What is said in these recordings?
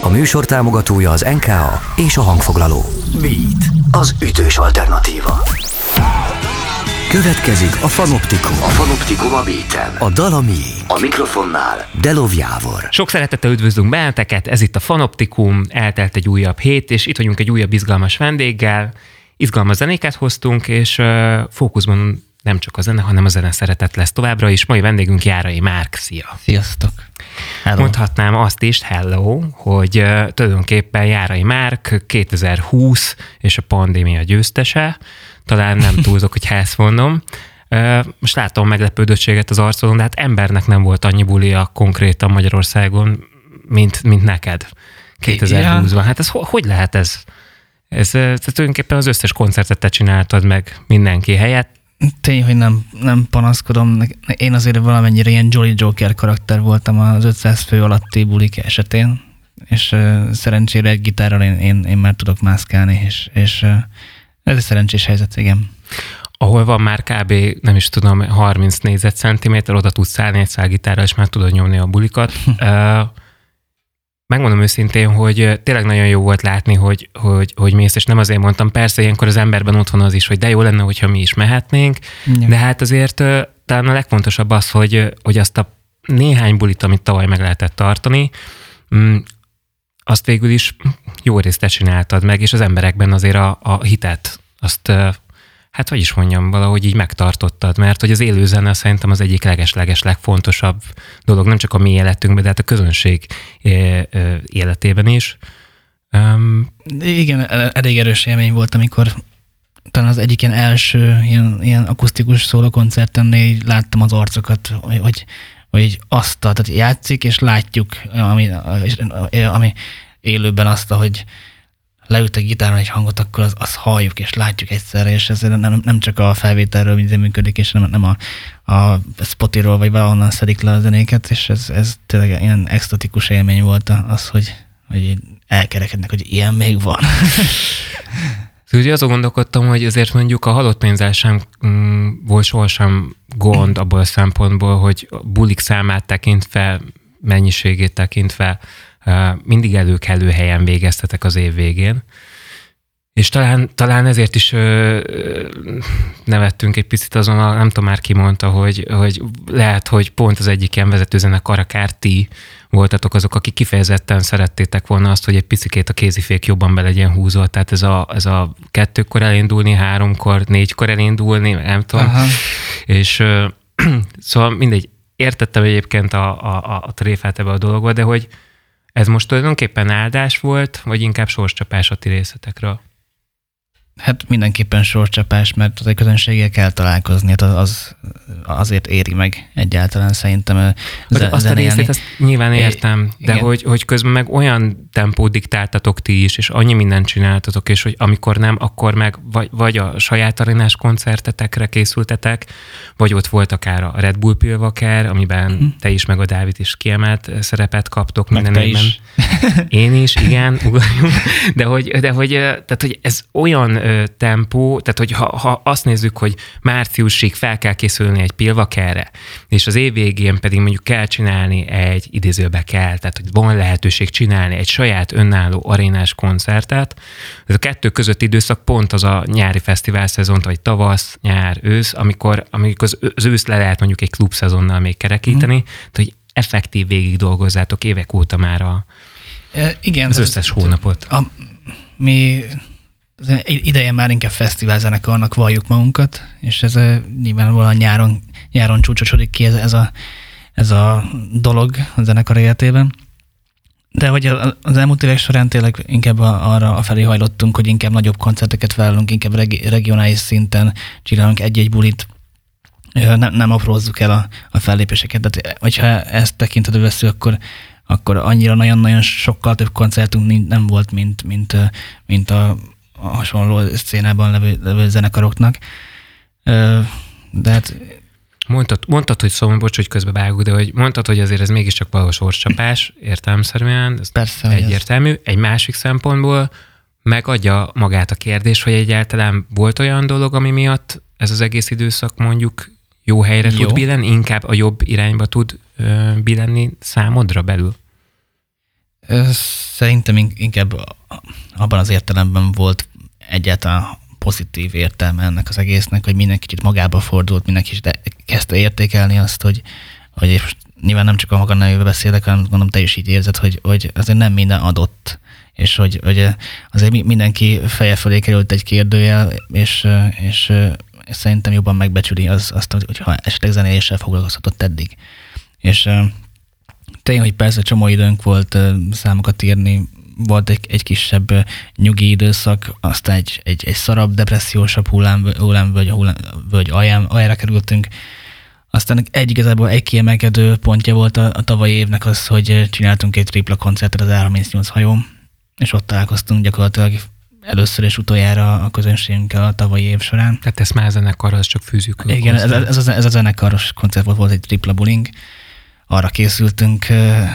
A műsor támogatója az NKA és a hangfoglaló. Beat, az ütős alternatíva. Következik a Fanoptikum. A Fanoptikum a Beaten. A dal a miénk. A mikrofonnál Delov Jávor. Sok szeretettel üdvözlünk benneteket, ez itt a Fanoptikum, eltelt egy újabb hét, és itt vagyunk egy újabb izgalmas vendéggel. Izgalmas zenéket hoztunk, és fókuszban nem csak a zene, hanem a zene szeretet lesz továbbra is. Mai vendégünk Járai Márk. Szia! Sziasztok! Hello. Mondhatnám azt is, hello, hogy tulajdonképpen Járai Márk 2020 és a pandémia győztese. Talán nem túlzok, hogy ezt mondom. Most látom meglepődöttséget az arcodon, de hát embernek nem volt annyi bulia konkrétan Magyarországon, mint neked 2020-ban. Hát ez hogy lehet ez? Ez tulajdonképpen az összes koncertet te csináltad meg mindenki helyett. Tény, hogy nem panaszkodom. Én azért valamennyire ilyen Jolly Joker karakter voltam az 500 fő alatti bulik esetén, és szerencsére egy gitárral én már tudok mászkálni, és ez egy szerencsés helyzet, igen. Ahol van már kb. Nem is tudom, 30 négyzetcentiméter, oda tudsz szállni egy szálgitárral, és már tudod nyomni a bulikat. Megmondom őszintén, hogy tényleg nagyon jó volt látni, hogy mész, és nem azért mondtam, persze ilyenkor az emberben ott van az is, hogy de jó lenne, hogyha mi is mehetnénk, ja. De hát azért talán a legfontosabb az, hogy azt a néhány bulit, amit tavaly meg lehetett tartani, azt végül is jó részt te csináltad meg, és az emberekben azért a hitet, azt, hát hogy is mondjam, valahogy így megtartottad, mert hogy az élő zene szerintem az egyik leges legfontosabb dolog, nem csak a mi életünkben, de hát a közönség életében is. Igen, elég erős élmény volt, amikor talán az egyik ilyen első ilyen akusztikus szólókoncertemnél láttam az arcokat, hogy azt, tehát játszik, és látjuk, ami élőben azt, hogy leült egy gitáron egy hangot, akkor azt halljuk, és látjuk egyszerre, és ez nem csak a felvételről működik, és nem a Spotify-ról, vagy valahonnan szedik le a zenéket, és ez tényleg ilyen extatikus élmény volt az, hogy elkerekednek, hogy ilyen még van. Ugye azon gondolkodtam, hogy azért mondjuk a halott pénzzel sem volt sohasem gond abból a szempontból, hogy a bulik számát tekintve, mennyiségét tekintve mindig előkelő helyen végeztetek az év végén. És talán ezért is nevettünk egy picit azon, nem tudom már ki mondta, hogy lehet, hogy pont az egyik ilyen vezetőzenekar, akár ti voltatok azok, akik kifejezetten szerettétek volna azt, hogy egy picikét a kézifék jobban be legyen húzva. Tehát ez a 2-kor elindulni, 3-kor, 4-kor elindulni, nem tudom. Aha. És szóval mindegy, értettem egyébként a tréfát ebbe a dologba, de hogy ez most tulajdonképpen áldás volt, vagy inkább sorscsapás a ti részletekről? Hát mindenképpen sorscsapás, mert az egy közönséggel kell találkozni, hát azért éri meg egyáltalán szerintem azt a részét azt nyilván értem, de hogy közben meg olyan tempót diktáltatok ti is, és annyi mindent csináltatok, és hogy amikor nem, akkor meg vagy a saját arénás koncertetekre készültetek, vagy ott volt akár a Red Bull Pilvaker, amiben te is, meg a Dávid is kiemelt szerepet kaptok minden évben. Én is, igen, ugorjunk. De hogy ez olyan tempó, tehát hogy ha azt nézzük, hogy márciusig fel kell készülni egy Pilvakerre, és az év végén pedig mondjuk kell csinálni egy idézőbe kell, tehát hogy van lehetőség csinálni egy saját önálló arénás koncertet. Ez a kettő közötti időszak pont az a nyári fesztivál szezont, vagy tavasz, nyár, ősz, amikor az ősz le lehet mondjuk egy klubszezonnal még kerekíteni, tehát hogy effektív végig dolgozzátok évek óta már igen, az összes hónapot. Mi ideje már inkább fesztiválzenekarnak valljuk magunkat, és ez nyilvánvalóan nyáron csúcsosodik ki ez a dolog a zenekar életében. De hogy az elmúlt évek során tényleg inkább arra afelé hajlottunk, hogy inkább nagyobb koncerteket vállalunk, inkább regionális szinten csinálunk egy-egy bulit, nem aprózzuk el a fellépéseket. Tehát, hogyha ezt tekintetbe veszünk, akkor annyira nagyon-nagyon sokkal több koncertünk nem volt, mint a hasonló szcénában levő zenekaroknak. De hát... Mondtad, hogy szóval, bocs, hogy közbevágok, de hogy mondtad, hogy azért ez mégiscsak valahol sorscsapás, értelemszerűen, ez persze, egyértelmű. Egy másik szempontból megadja magát a kérdés, hogy egyáltalán volt olyan dolog, ami miatt ez az egész időszak mondjuk jó helyre tud billenni, inkább a jobb irányba tud billenni számodra belül? Szerintem inkább abban az értelemben volt egyáltalán pozitív értelme ennek az egésznek, hogy mindenki kicsit magába fordult, mindenki kezdte értékelni azt, hogy nyilván nem csak a maga nevében beszélek, hanem gondolom te is így érzed, hogy azért nem minden adott, és hogy azért mindenki feje fölé került egy kérdőjel, és szerintem jobban megbecsüli azt, hogyha esetleg zenéléssel foglalkozhatott eddig. És tény, hogy persze csomó időnk volt számokat írni, volt egy kisebb nyugi időszak, aztán egy szarabb, depressziósabb hullámvölgy aljára kerültünk. Aztán igazából egy kiemelkedő pontja volt a tavalyi évnek az, hogy csináltunk egy tripla koncertet az A38 hajón, és ott találkoztunk gyakorlatilag először és utoljára a közönségünkkel a tavalyi év során. Tehát ezt már a zenekarhoz csak fűzjük. Igen, ez a zenekaros koncert volt egy tripla bullying. Arra készültünk,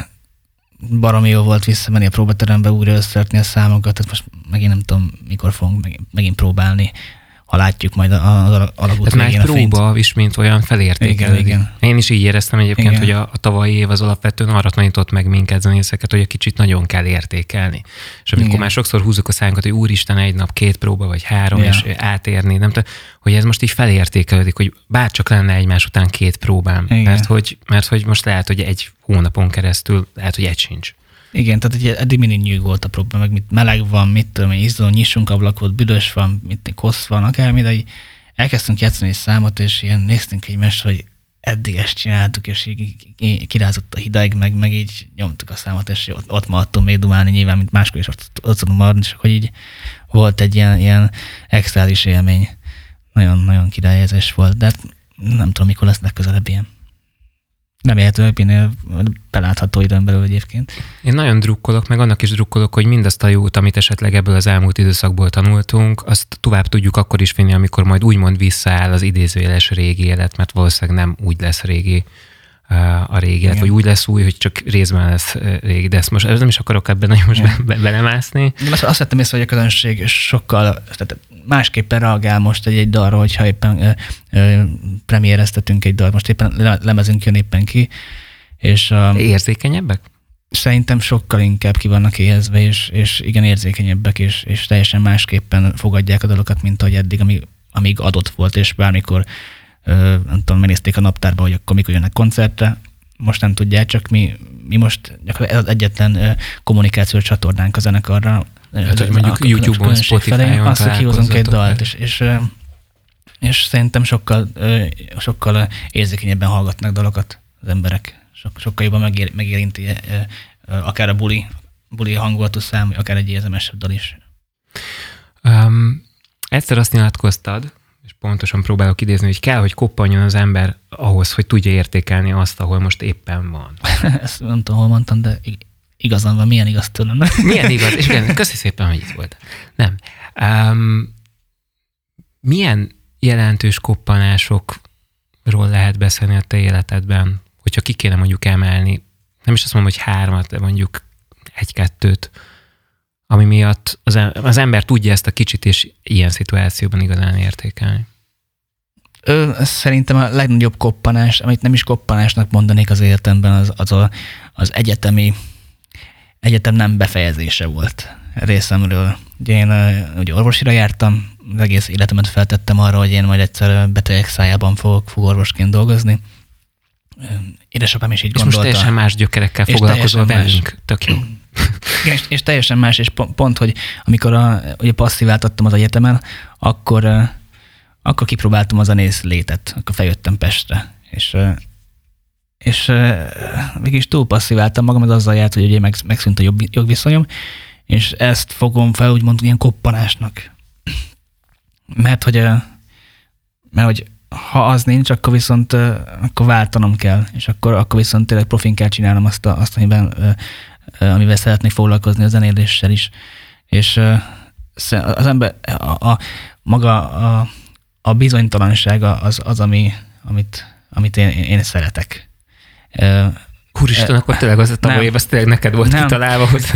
baromi jó volt visszamenni a próbaterembe, újra összerakni a számokat, tehát most megint nem tudom, mikor fogunk megint próbálni, ha látjuk majd az alagút végén a fényt. Ez már egy próba is, mint olyan felértékelődik. Igen. Én is így éreztem egyébként, igen, hogy a tavalyi év az alapvetően arra tanított meg minket zenészeket, hogy egy kicsit nagyon kell értékelni. És amikor igen, már sokszor húzzuk a szánkat, hogy úristen, egy nap 2 próba, vagy 3, és átérni, nem tudom, hogy ez most így felértékelődik, hogy bárcsak lenne egymás után 2 próbám. Mert hogy most lehet, hogy egy hónapon keresztül, lehet, hogy egy sincs. Igen, tehát eddig mindig nyűg volt a probléma, meg meleg van, mit tudom, izzó, nyissunk ablakot, büdös van, kosz van, akármi, de így elkezdtünk játszani egy számot, és ilyen néztünk egymást, hogy eddig ezt csináltuk, és így kirázott a hideg, meg így nyomtuk a számot, és ott maradtunk még dumálni, nyilván, mint máskor is ott tudunk maradni, és akkor így volt egy ilyen extázis élmény. Nagyon királyezés volt, de hát nem tudom, mikor lesz legközelebb ilyen. Remélhetőleg minél belátható időn belül egyébként. Én nagyon drukkolok, meg annak is drukkolok, hogy mindazt a jót, amit esetleg ebből az elmúlt időszakból tanultunk, azt tovább tudjuk akkor is vinni, amikor majd úgymond visszaáll az idézőjeles régi élet, mert valószínűleg nem úgy lesz régi a régi élet, vagy úgy lesz új, hogy csak részben lesz régi, de ezt most nem is akarok ebben nagyon most belemászni. Azt vettem észre, hogy a közönség sokkal másképpen reagál most egy dalra, hogyha éppen premiereztetünk egy dalt, most éppen lemezünk jön éppen ki. És érzékenyebbek? Szerintem sokkal inkább ki vannak éhezve, és igen érzékenyebbek, és teljesen másképpen fogadják a dalokat, mint ahogy eddig, amíg adott volt, és bármikor nem tudom, megnézték a naptárba, hogy akkor mikor jönnek koncertre, most nem tudják, csak mi most ez az egyetlen kommunikációs csatornánk a zenekarra. Hát, hogy mondjuk YouTube-on, Spotify-on azt, hogy kihozunk egy dalt, és szerintem sokkal érzékenyebben hallgatnak dalokat az emberek. Sokkal jobban megérinti akár a buli hangulatú szám, akár egy érzemesebb dal is. Egyszer azt nyilatkoztad, és pontosan próbálok idézni, hogy kell, hogy koppanjon az ember ahhoz, hogy tudja értékelni azt, ahol most éppen van. Ezt nem tudom, hol mondtam, de igazán van, milyen igaz tőlem. Milyen igaz? És igen, köszi szépen, hogy itt volt. Nem. Milyen jelentős koppanásokról lehet beszélni a te életedben, hogyha ki kéne mondjuk emelni, nem is azt mondom, hogy 3, de mondjuk 1-2, ami miatt az ember tudja ezt a kicsit, és ilyen szituációban igazán értékelni? Szerintem a legnagyobb koppanás, amit nem is koppanásnak mondanék az életemben, az egyetem nem befejezése volt részemről. Ugye én ugye orvosira jártam, az egész életemet feltettem arra, hogy én majd egyszer betegek szájában fogok orvosként dolgozni. Édesapám is így gondolta. És most teljesen más gyökerekkel foglalkozol velünk. Tök jó. Igen, és teljesen más, és pont, hogy amikor ugye passziváltattam az egyetemen, akkor kipróbáltam a zenész létet, akkor feljöttem Pestre, és mégis túl passziváltam magam, az azzal járt, hogy ugye megszűnt a jogviszonyom, és ezt fogom fel úgymond ilyen koppanásnak. Mert hogy ha az nincs, akkor viszont akkor váltanom kell, és akkor viszont tényleg profin kell csinálnom azt amivel szeretnék foglalkozni a zenéléssel is. És az ember, maga a bizonytalansága az amit én szeretek. Úristen, akkor tényleg az a tavaly év, az tényleg neked volt kitalálva, hogy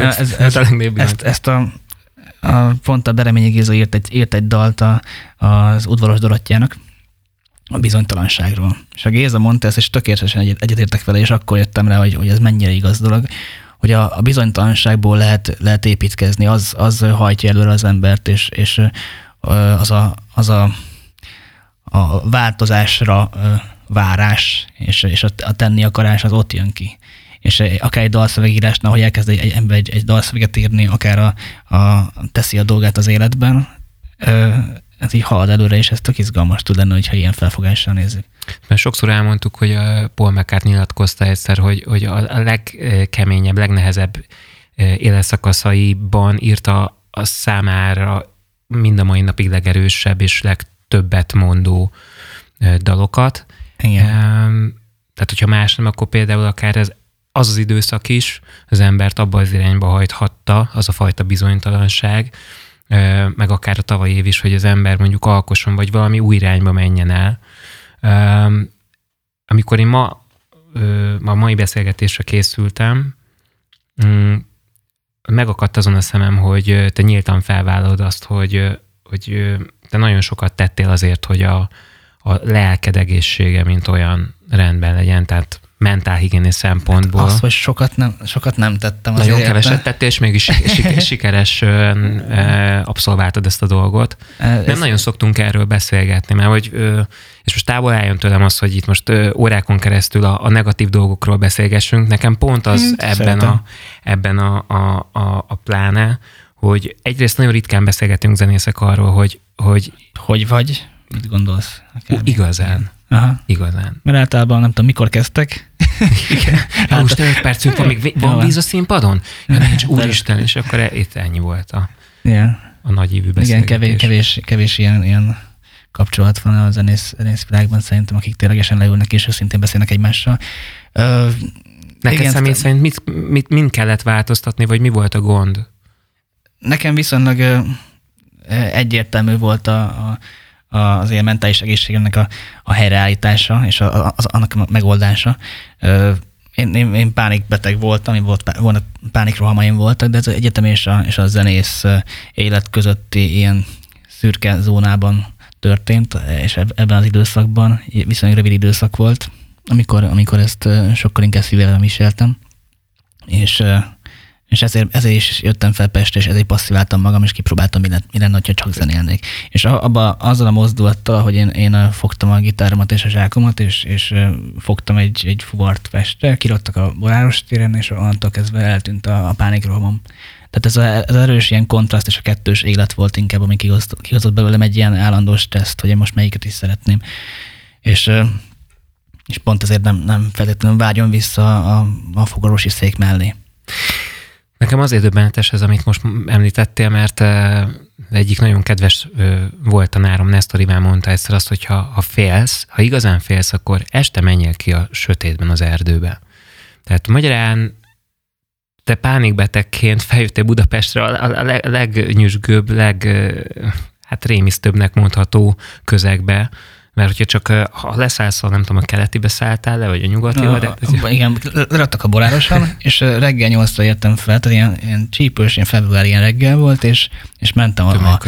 pont a Bereményi Géza írt egy dalt az Udvaros Dorottjának a bizonytalanságról. És a Géza mondta ezt, és tökéletesen egyetértek vele, és akkor jöttem rá, hogy ez mennyire igaz dolog, hogy a bizonytalanságból lehet építkezni, az hajtja előre az embert, és az a változásra várás, és a tenni akarás az ott jön ki. És akár egy dalszövegírásnál, hogy elkezd egy ember egy dalszöveget írni, akár teszi a dolgát az életben, ez így halad előre, és ez tök izgalmas tud lenni, hogyha ilyen felfogással nézzük. Mert sokszor elmondtuk, hogy a Paul McCartney nyilatkozta egyszer, hogy a legkeményebb, legnehezebb életszakaszaiban írta a számára mind a mai napig legerősebb és legtöbbet mondó dalokat. Igen. Tehát, hogyha más nem, akkor például akár az az időszak is az embert abba az irányba hajthatta, az a fajta bizonytalanság, meg akár a tavalyi év is, hogy az ember mondjuk alkosson, vagy valami új irányba menjen el. Amikor én a mai beszélgetésre készültem, megakadt azon a szemem, hogy te nyíltan felvállalod azt, hogy te nagyon sokat tettél azért, hogy a lelked egészsége, mint olyan rendben legyen, tehát mentálhigiénész szempontból. Az, hogy sokat nem tettem. Nagyon keveset tettél, és mégis sikeres abszolváltad ezt a dolgot. Nem nagyon szoktunk erről beszélgetni, mert és most távol álljon tőlem az, hogy itt most órákon keresztül a negatív dolgokról beszélgessünk. Nekem pont az ebben a pláne, hogy egyrészt nagyon ritkán beszélgetünk zenészek arról, hogy vagy? Mit gondolsz? Igazán. Aha. Igazán. Mert általában nem tudom, mikor kezdtek. Igen. Most 5 percünk van, még van víz a színpadon? Ja, nincs, úristen, és akkor itt ennyi volt a nagyívű beszélgetés. Igen, kevés ilyen kapcsolat van a zenész világban szerintem, akik ténylegesen leülnek és őszintén beszélnek egymással. Neked személy szerint mind kellett változtatni, vagy mi volt a gond? Nekem viszonylag egyértelmű volt az ilyen mentális egészségnek a helyreállítása és annak a megoldása. Én pánikbeteg voltam, volna pánikrohamaim voltak, de ez az egyetem és a zenész élet közötti ilyen szürke zónában történt, és ebben az időszakban viszonylag rövid időszak volt, amikor ezt sokkal inkább szívvel viseltem, és ezért is jöttem fel Pestre, és ezért passziváltam magam, és kipróbáltam, mi lenne, ha csak zenélnék. És azzal a mozdulattal, hogy én fogtam a gitáromat és a zsákomat, és fogtam egy fuvart Pestre, kiraktak a Boráros téren, és onnantól kezdve eltűnt a pánikrohamom. Tehát ez erős ilyen kontraszt és a kettős élet volt inkább, ami kihozott belőlem egy ilyen állandó stresszt, hogy én most melyiket is szeretném. És pont ezért nem feltétlenül vágyom vissza a fogorvosi szék mellé. Nekem azért döbbenetes ez, amit most említettél, mert egyik nagyon kedves volt tanárom, Nesztor Iván mondta egyszer azt, hogy ha igazán félsz, akkor este menjél ki a sötétben az erdőbe. Tehát magyarán te pánikbetegként feljöttél Budapestre a legnyüzsgőbb, rémisztőbbnek mondható közegbe, mert hogyha csak ha leszállsz, nem tudom, a keletibe szálltál le, vagy a nyugatiba. Igen, leraktak a Borároson, és reggel 8-ra értem fel, tehát ilyen csípős, ilyen február ilyen reggel volt, és mentem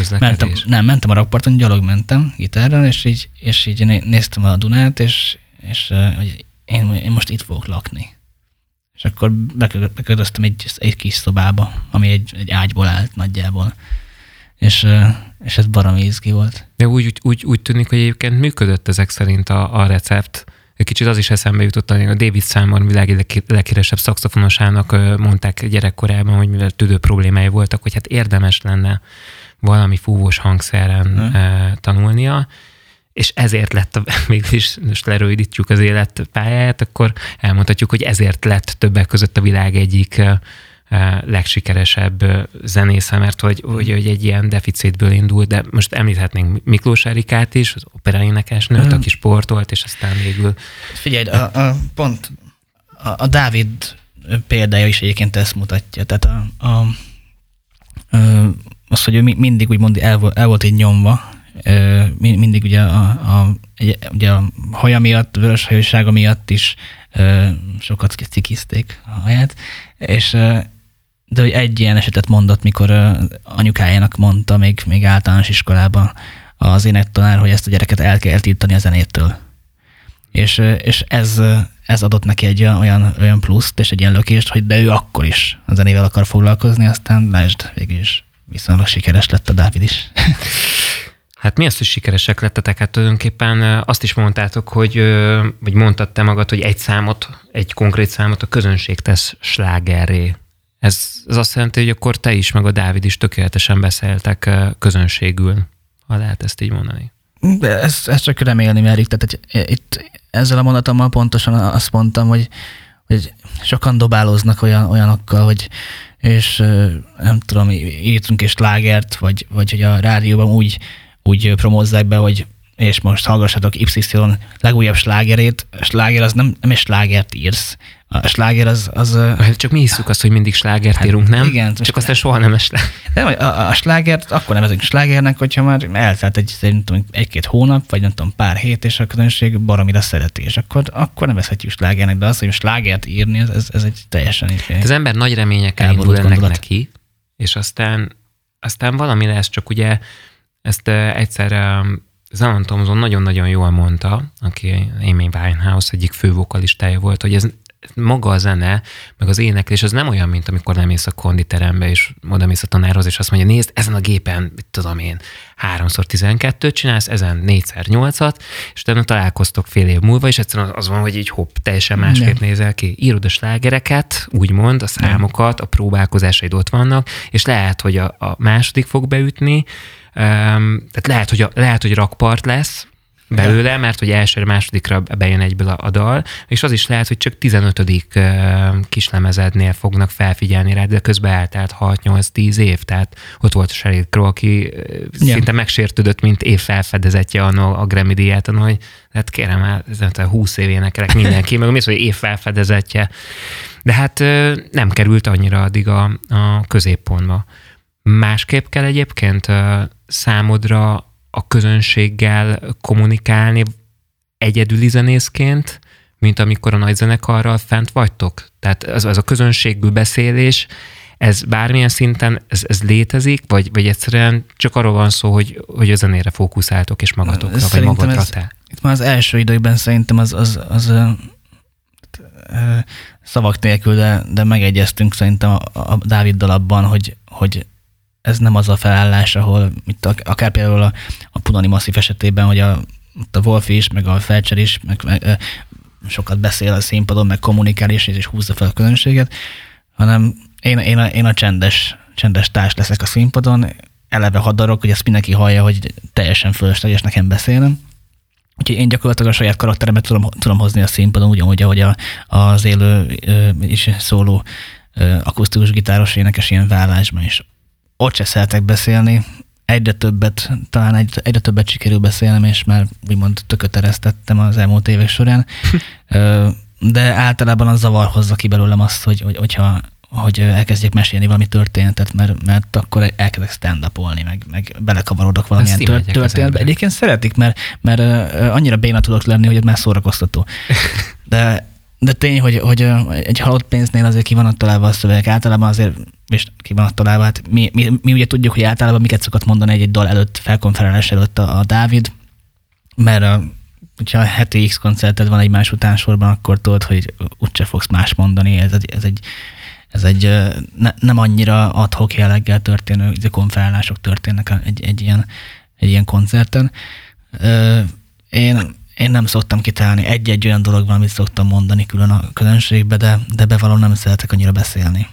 mentem a rakparton, gyalog mentem gitárral, és így néztem a Dunát, és hogy én most itt fogok lakni. És akkor beköltöztem egy kis szobába, ami egy ágyból állt nagyjából. És ez baromi izgi volt. De úgy tűnik, hogy egyébként működött ezek szerint a recept. Egy kicsit az is eszembe jutott, hogy a David Simon világi leghíresebb szaxofonosának mondták gyerekkorában, hogy mivel tüdő problémái voltak, hogy hát érdemes lenne valami fúvós hangszeren tanulnia, és ezért lett, mégis most lerövidítjük az életpályáját, akkor elmondhatjuk, hogy ezért lett többek között a világ egyik legsikeresebb zenésze, mert hogy egy ilyen deficitből indult, de most említhetnénk Miklós Erikát is, az operaénekesnőt, aki sportolt, és aztán végül... Figyelj, pont a Dávid példája is egyébként ezt mutatja. Tehát az, hogy ő mindig úgymond el volt így nyomva, mindig ugye a haja miatt, vörös hajúsága miatt is sokat cikizték a haját, de hogy egy ilyen esetet mondott, mikor anyukájának mondta még általános iskolában az énektanár, hogy ezt a gyereket el kell tiltani a zenétől. és ez adott neki egy olyan pluszt és egy ilyen lökést, hogy de ő akkor is a zenével akar foglalkozni, aztán lásd, végül is viszonylag sikeres lett a Dávid is. Hát mi az, hogy sikeresek lettetek? Hát tulajdonképpen azt is mondtátok, vagy mondtad te magad, hogy egy konkrét számot a közönség tesz slágerré. Ez azt jelenti, hogy akkor te is, meg a Dávid is tökéletesen beszéltek közönségül, ha lehet ezt így mondani. De ezt csak remélni merik. Tehát itt ezzel a mondatommal pontosan azt mondtam, hogy sokan dobálóznak olyanokkal, hogy és nem tudom, írtunk és slágert, vagy hogy a rádióban úgy promózzák be, hogy és most hallgassatok XY legújabb slágerét. A sláger az nem is slágert írsz. A sláger az csak mi hiszük azt, hogy mindig slágert írunk, nem? Igen. Csak aztán soha nem sláger. Nem, a slágert akkor nevezünk slágernek, hogyha már eltelt egy-két hónap, vagy nem tudom, pár hét, és a közönség baromira szereti, és akkor nevezhetjük slágernek, de az, hogy slágert írni, ez egy teljesen... Az ember nagy reményekkel indul ennek neki, és aztán valami lesz, csak ugye ezt egyszer Alan Thompson nagyon-nagyon jól mondta, aki Amy Winehouse egyik fővokalistája volt, hogy ez maga a zene, meg az éneklés, az nem olyan, mint amikor lemész a konditerembe, és oda mész a tanárhoz, és azt mondja, nézd, ezen a gépen, mit tudom én, 3x12 csinálsz, ezen 4x8-at, és utána találkoztok fél év múlva, és egyszerűen az van, hogy így hopp, teljesen másképp nézel ki. Írod a slágereket, úgymond, a számokat, a próbálkozásaid ott vannak, és lehet, hogy a második fog beütni, tehát lehet, hogy rakpart lesz belőle, mert hogy elsőre, másodikra bejön egyből a dal, és az is lehet, hogy csak 15. kislemezednél fognak felfigyelni rá, de közben eltelt 6-8-10 év, tehát ott volt a Sheryl Crow, aki szinte megsértődött, mint év felfedezetje a Grammy díját, hogy hát kérem már, 20 év énekelek mindenki, meg mi az, hogy év felfedezetje. De hát nem került annyira addig a középpontba. Másképp kell egyébként számodra a közönséggel kommunikálni egyedüli zenészként, mint amikor a nagy zenekarral fent vagytok? Tehát ez a közönségből beszélés, ez bármilyen szinten ez létezik, vagy egyszerűen csak arról van szó, hogy a zenére fókuszáltok és magatokra, szerintem vagy magadra te? Itt már az első időkben szerintem az szavak nélkül, de megegyeztünk szerintem a Dáviddal abban, hogy ez nem az a felállás, ahol akár például a Punani Massive esetében, hogy a Wolf is, meg a Felcser is, meg sokat beszél a színpadon, meg kommunikál és húzza fel a közönséget, hanem én a csendes társ leszek a színpadon, eleve hadarok, hogy ezt mindenki hallja, hogy teljesen fölösleges nekem beszélnem. Úgyhogy én gyakorlatilag a saját karakteremet tudom hozni a színpadon, ugyanúgy, ahogy az élő is szóló akusztikus gitáros énekes ilyen vállásban is. Ott se szeretek beszélni, egyre többet sikerül beszélnem, és már úgymond tököt eresztettem az elmúlt évek során, de általában az zavar hozza ki belőlem azt, hogy elkezdjek mesélni valami történetet, mert akkor elkezdek stand-upolni, meg belekavarodok valamilyen történetbe. Egyébként szeretik, mert annyira béna tudok lenni, hogy ez már szórakoztató. De tény, hogy egy halott pénznél azért ki van találva a szövegek, általában azért, és ki van találva, hát mi ugye tudjuk, hogy általában miket szokott mondani egy dal előtt, felkonferálás előtt a Dávid, mert hogyha a heti X koncerted van egymás után sorban, akkor tudod, hogy úgyse fogsz más mondani, ez egy nem annyira ad hoc jelleggel történő konferálások történnek egy ilyen koncerten. Én nem szoktam kitálni. Egy-egy olyan dolog van, amit szoktam mondani külön a közönségbe, de bevallom, nem szeretek annyira beszélni.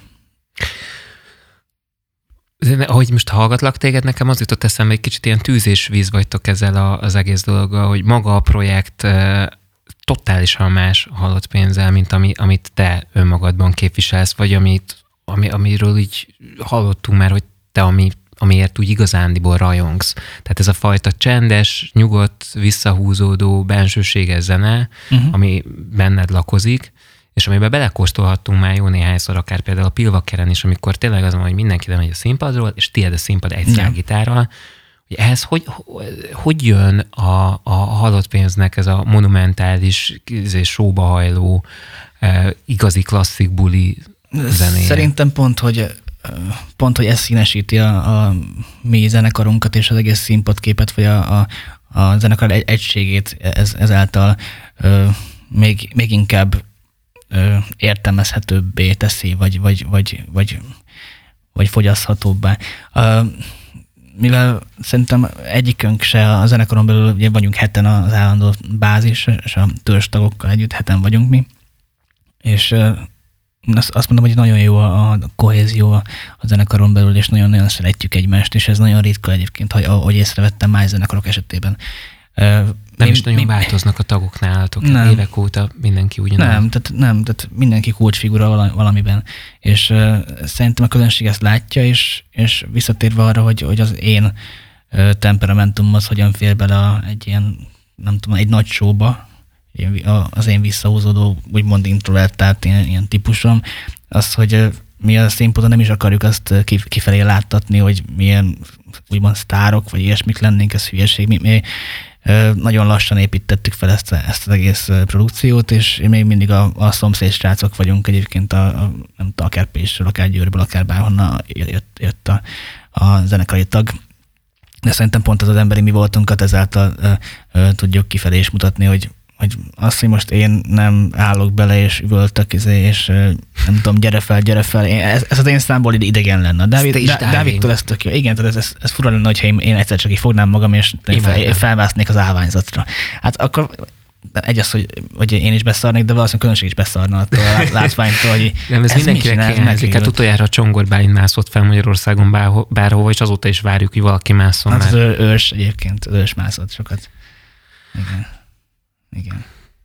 Ahogy most hallgatlak téged, nekem az jutott eszembe, egy kicsit ilyen tűz és víz vagytok ezzel az egész dologgal, hogy maga a projekt totálisan más halott pénzzel, mint amit te önmagadban képviselsz, vagy amiről így hallottunk már, hogy te amiért úgy igazándiból rajongsz. Tehát ez a fajta csendes, nyugodt, visszahúzódó, bensőséges zene, ami benned lakozik, és amiben belekóstolhattunk már jó néhányszor, akár például a Pilvakeren is, amikor tényleg az van, hogy mindenki lemegy a színpadról, és tiéd a színpad egy szálgitárral, hogy ehhez hogy jön a halott pénznek ez a monumentális, sóba hajló, igazi klasszik buli zenéje? Szerintem pont, hogy ez színesíti a mi zenekarunkat és az egész színpadképet, vagy a zenekar egységét ezáltal még inkább értelmezhetőbbé teszi, vagy fogyaszthatóbbá. Mivel szerintem egyikünk se a zenekaron belül, ugye vagyunk heten az állandó bázis, és a törzstagokkal együtt heten vagyunk mi, és azt mondom, hogy nagyon jó a kohézió a zenekaron belül, és nagyon-nagyon szeretjük egymást, és ez nagyon ritka egyébként, ahogy észrevettem más zenekarok esetében. Nem is nagyon változnak a tagok nálatok, évek óta mindenki ugyanaz. Tehát mindenki kulcsfigura valamiben, és szerintem a közönség ezt látja, és visszatérve arra, hogy az én temperamentum az hogyan fér bele egy ilyen, nem tudom, egy nagy showba, az én visszahúzódó, úgymond introvertált ilyen típusom, az, hogy mi a színpadon nem is akarjuk azt kifelé láttatni, hogy milyen úgymond sztárok, vagy ilyesmik lennénk, ez hülyeség. Mi nagyon lassan építettük fel ezt az egész produkciót, és még mindig a szomszéd srácok vagyunk egyébként, nem tudom, akár Pécsről, akár Győrből, akár bárhonnan jött a zenekari tag. De szerintem pont az emberi mi voltunkat ezáltal tudjuk kifelé is mutatni, hogy azt, hogy most én nem állok bele, és üvöltök, és nem tudom, gyere fel. Ez az én számból idegen lenne. Dávidtól ez tök jó. Igen, tehát ez fura lenne, hogyha én egyszer csak így fognám magam, és felmásznék az állványzatra. Hát akkor egy az, hogy én is beszarnék, de valószínűleg közönség is beszarna attól a látványtól, hogy nem, ez mindenkinek hiányzik. Hát utoljára a Csongor Bálint mászott fel Magyarországon bárhova, és azóta is várjuk, hogy valaki másszon. Hát az ős egyébként, az ős mászott sokat. Igen.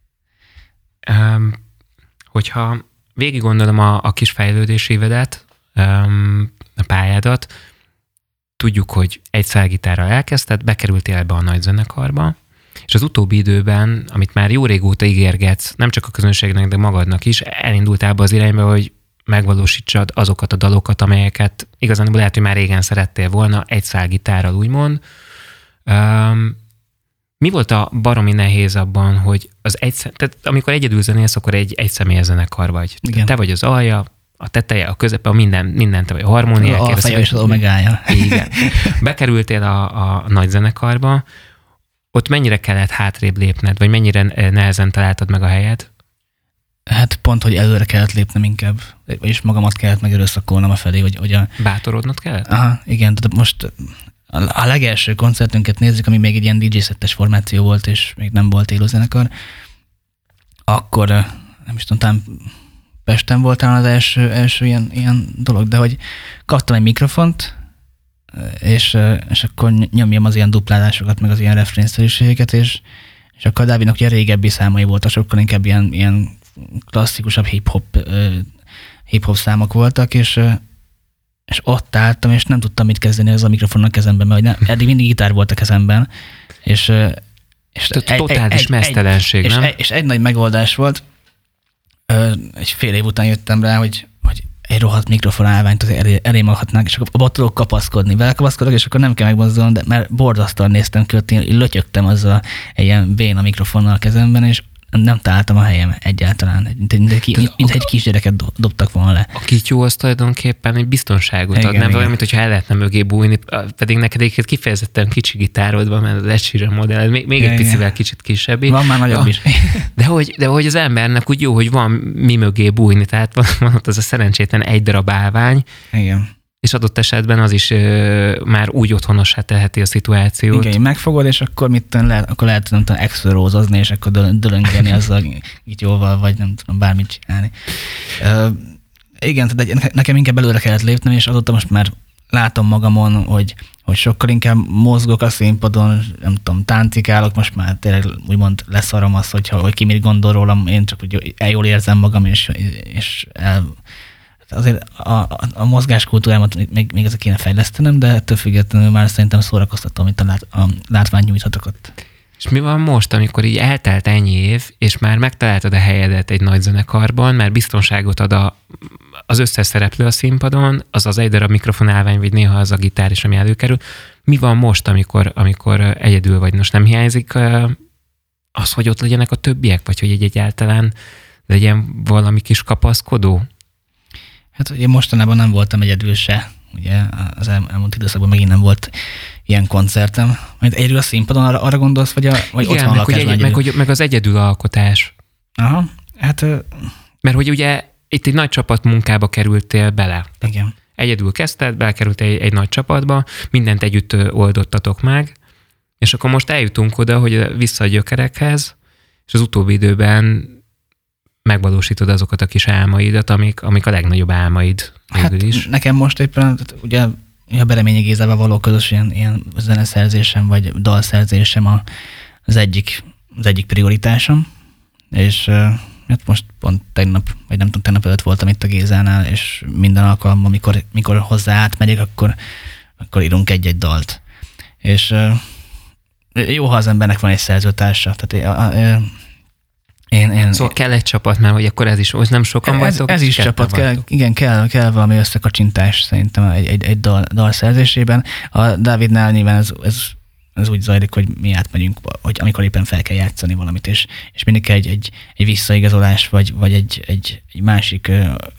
Hogyha végig gondolom a kis fejlődési évedet, a pályádat, tudjuk, hogy egy szálgitárral elkezdted, bekerültél ebbe a nagy zenekarba, és az utóbbi időben, amit már jó régóta ígérgetsz, nem csak a közönségnek, de magadnak is, elindultál abba az irányba, hogy megvalósítsad azokat a dalokat, amelyeket igazán lehet, hogy már régen szerettél volna, egy szálgitárral úgymond. Mi volt a baromi nehéz abban, hogy tehát amikor egyedül zenélsz, akkor egy személyes zenekar vagy. Te vagy az alja, a teteje, a közepe, a minden te vagy, a harmóniák. A alfaja és az omegája. Igen. Bekerültél a nagy zenekarba, ott mennyire kellett hátrébb lépned, vagy mennyire nehezen találtad meg a helyed? Hát pont, hogy előre kellett lépnem inkább, és magamat kellett megerőszakolnom a felé, hogy a... Bátorodnod kellett? Aha, igen, tehát most... A legelső koncertünket nézzük, ami még egy ilyen DJ-szettes formáció volt, és még nem volt élő zenekar, akkor nem is tudom, talán Pesten volt talán az első ilyen dolog, de hogy kaptam egy mikrofont, és akkor nyomjam az ilyen duplázásokat, meg az ilyen refrénszerűségeket, és akkor Dávidnak ugye régebbi számai voltak, sokkal inkább ilyen klasszikusabb hip-hop számok voltak, és ott álltam, és nem tudtam mit kezdeni ezzel a mikrofonnal kezemben, mert eddig mindig gitár volt a kezemben, és totális mesztelenség, nem? És egy nagy megoldás volt, egy fél év után jöttem rá, hogy egy rohadt mikrofon állványt elém adhatnánk, és akkor abba tudok kapaszkodni. Vele kapaszkodok, és akkor nem kell megmozdulnom, de mert borzasztóan néztem ki, én lötyögtem azzal egy ilyen béna mikrofonnal a kezemben, és nem találtam a helyem egyáltalán, mint egy kisgyereket dobtak volna le. A kityú az tulajdonképpen egy biztonságot ad, nem olyan, mintha el lehetne mögé bújni, pedig neked egyébként kifejezetten kicsi gitárod van, mert az Ed Sheeran modell, még egy picivel kicsit kisebbi. Van már nagyobb is. De hogy az embernek úgy jó, hogy van mi mögé bújni, tehát van ott az a szerencsétlen egy darab állvány. Igen. És adott esetben az is már úgy otthonossá teheti a szituációt. Igen, megfogod, és akkor akkor lehet nem tudom, exorózozni, és akkor dölöngeni azzal így jóval, vagy nem tudom, bármit csinálni. Igen, tehát nekem inkább előre kellett lépnem, és azóta most már látom magamon, hogy sokkal inkább mozgok a színpadon, nem tudom, táncikálok, most már tényleg úgymond leszarom azt, hogy ki mit gondol rólam, én csak úgy jól érzem magam, és azért a mozgáskultúrámat még ezzel kéne fejlesztenem, de ettől függetlenül már szerintem szórakoztató, amit a látványt nyújthatok ott. És mi van most, amikor így eltelt ennyi év, és már megtaláltad a helyedet egy nagy zenekarban, már biztonságot ad az összes szereplő a színpadon, az egy darab mikrofonálvány, vagy néha az a gitár is, ami előkerül. Mi van most, amikor egyedül vagy? Most nem hiányzik az, hogy ott legyenek a többiek, vagy hogy egyáltalán legyen valami kis kapaszkodó? Hát én mostanában nem voltam egyedül se, ugye az elmúlt időszakban megint nem volt ilyen koncertem. Majd egyedül a színpadon arra gondolsz, vagy igen, ott van a lakásban meg az egyedülalkotás. Aha, hát... Mert hogy ugye itt egy nagy csapat munkába kerültél bele. Igen. Egyedül kezdted, belekerültél egy nagy csapatba, mindent együtt oldottatok meg, és akkor most eljutunk oda, hogy vissza a gyökerekhez, és az utóbbi időben megvalósítod azokat a kis álmaidat, amik a legnagyobb álmaid végül is. Hát nekem most éppen, ugye a Bereményi Gézával való közös ilyen zeneszerzésem, vagy dalszerzésem az egyik prioritásom, és hát most pont tegnap, vagy nem tudom, tegnap előtt voltam itt a Gézánál, és minden alkalommal, mikor hozzá átmegyek, akkor írunk egy-egy dalt. És jó, ha az embernek van egy szerzőtársa. Tehát szóval kell egy csapat, mert hogy akkor ez is, nem sokan vagytok? Ez is csapat, kell valami összekacsintás szerintem egy dal szerzésében. A Dávidnál nyilván ez úgy zajlik, hogy mi átmegyünk, hogy amikor éppen fel kell játszani valamit, és mindig kell egy visszaigazolás, vagy egy másik,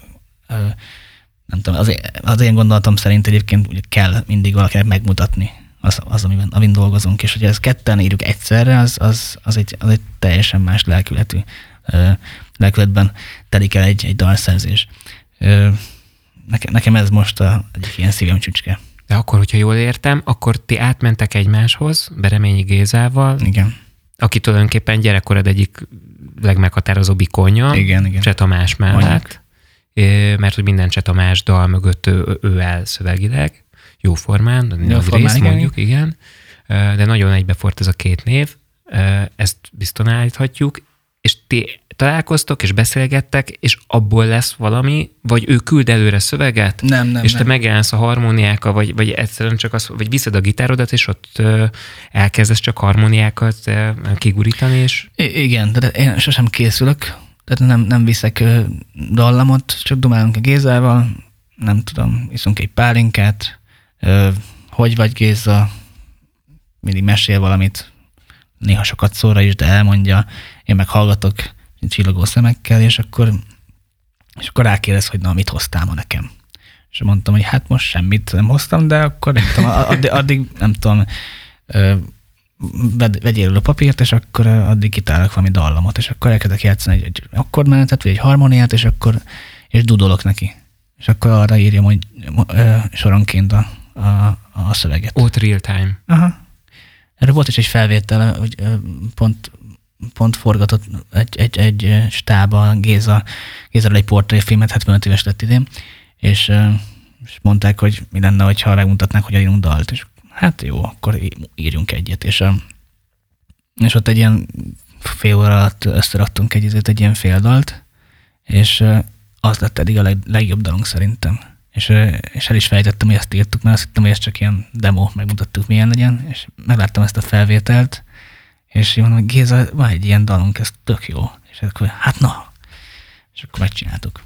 nem tudom, az én gondolatom szerint egyébként ugye kell mindig valakinek megmutatni az amin dolgozunk, és hogyha ezt ketten írjuk egyszerre, az egy teljesen más lelkületben telik el egy dalszerzés. Nekem ez most egyik ilyen szívem csücske. De akkor, hogyha jól értem, akkor ti átmentek egymáshoz, Bereményi Gézával, igen, aki tulajdonképpen gyerekkorod egyik legmeghatározóbb ikonja, igen. Cseh Tamás mellett, mert hogy minden Cseh Tamás dal mögött ő áll szövegileg, jóformán, nagy rész mondjuk, igen, de nagyon egybefort ez a két név, ezt biztosan állíthatjuk, és ti találkoztok, és beszélgettek, és abból lesz valami, vagy ő küld előre szöveget, és te megjelensz a harmóniákkal, vagy egyszerűen csak vagy viszed a gitárodat, és ott elkezdesz csak harmóniákat kigurítani, és... Igen, de én sosem készülök, tehát nem viszek dallamot, csak dumálunk a Gézával, nem tudom, iszunk egy pálinkát, hogy vagy Géza, mindig mesél valamit, néha sokat szóra is, de elmondja, én meg hallgatok csillogó szemekkel, és akkor rákérdez, hogy na, mit hoztál ma nekem. És mondtam, hogy hát most semmit nem hoztam, de akkor nem tudom, addig nem tudom, vegyél a papírt, és akkor addig kitálok valami dallamot, és akkor elkezdek játszani egy akkordmenetet, vagy egy harmóniát, és dudolok neki. És akkor arra írjam, hogy soronként a szöveget. Ott real time. Aha. Erre volt is egy felvétel, hogy pont forgatott egy stába Gézáról egy portréfilmet, 75 éves lett idén, és mondták, hogy mi lenne, hogyha megmutatnák, hogy írunk dalt, és hát jó, akkor írjunk egyet, és ott egy ilyen fél óra alatt összeraktunk egy ilyen féldalt, és az lett eddig a legjobb dalunk szerintem. És el is fejtettem, hogy ezt írtuk, mert azt hittem, hogy ez csak ilyen demo, megmutattuk, milyen legyen, és megláttam ezt a felvételt, és én mondom, hogy Géza, van egy ilyen dalunk, ez tök jó. És akkor, hát na, és akkor megcsináltuk.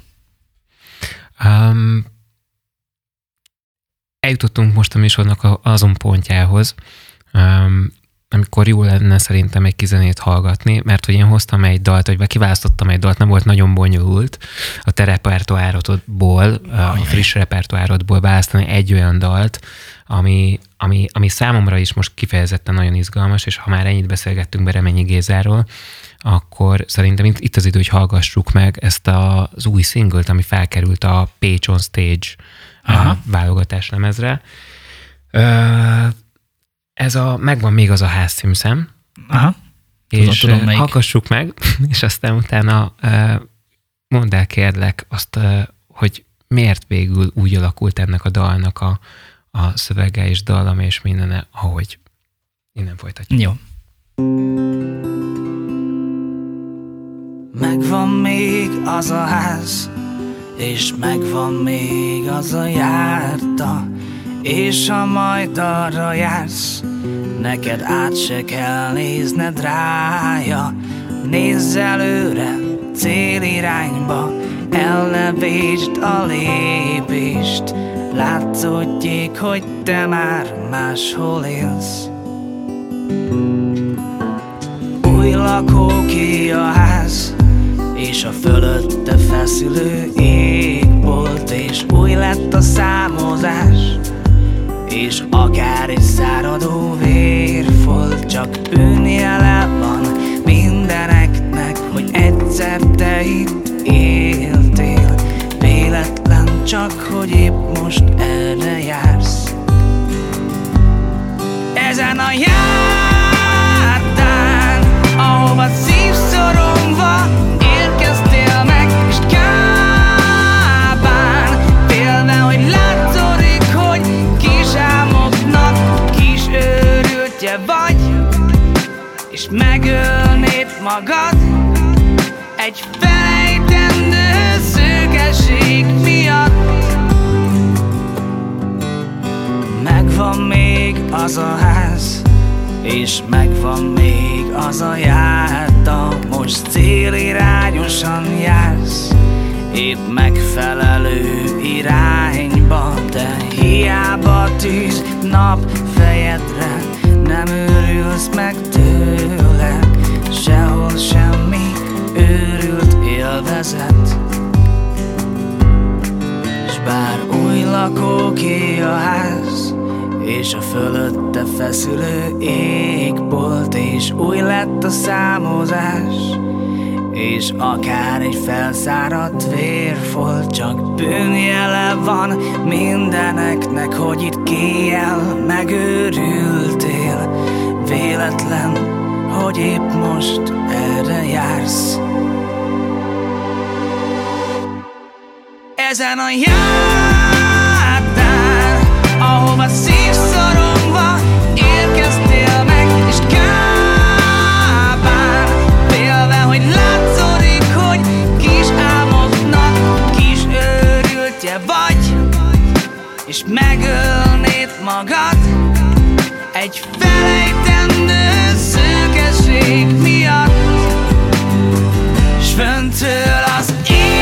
Eljutottunk most a műsornak azon pontjához, amikor jó lenne szerintem egy kizenét hallgatni, mert hogy én hoztam egy dalt, vagy kiválasztottam egy dalt, nem volt nagyon bonyolult a te repertoárodból, a friss repertoárodból választani egy olyan dalt, ami számomra is most kifejezetten nagyon izgalmas, és ha már ennyit beszélgettünk Bereményi Gézáról, akkor szerintem itt az idő, hogy hallgassuk meg ezt az új szinglt, ami felkerült a Pécs on Stage válogatás lemezre. Megvan még az a Ház című szem. Aha. És tudom, hallgassuk meg, és aztán utána mondd el, kérlek azt, hogy miért végül úgy alakult ennek a dalnak a szövege és dallam és mindene, ahogy innen folytatjuk. Jó. Megvan még az a ház, és megvan még az a járta, és ha majd arra jársz, neked át se kell nézned rája. Nézz előre, célirányba, el ne végsd a lépést, látszódjék, hogy te már máshol élsz. Új lakóké a ház, és a fölötte feszülő égbolt, és új lett a számozás, és akár egy száradó vérfolt, csak bűnjele van mindeneknek, hogy egyszer te itt éltél. Véletlen csak, hogy épp most erre jársz. Ezen a járdán, ahova szívszorongva érkeztél meg, és kábán félve, hogy látszik, hogy kis álmoknak kis őrültje vagy, és megölnéd magad egy felejtendő szőkeség miatt. Megvan még az a ház, és megvan még az a járda, most célirányosan jársz, épp megfelelő irányba, de hiába tűz nap fejedre, nem őrülsz meg tőle, sehol semmi őrült élvezet. S bár új lakóké a ház, és a fölötte feszülő égbolt, és új lett a számozás, és akár egy felszáradt vérfolt, csak bűnjele van mindeneknek, hogy itt kéjjel megőrültél. Véletlen, hogy épp most erre jársz. Ezen a járdán, ahova szívszorongva érkeztél meg, és kábán félve, hogy látszik, hogy kis álmoknak kis őrültje vagy, és megölnéd magad egy felejtendő szőkeség miatt. S föntől az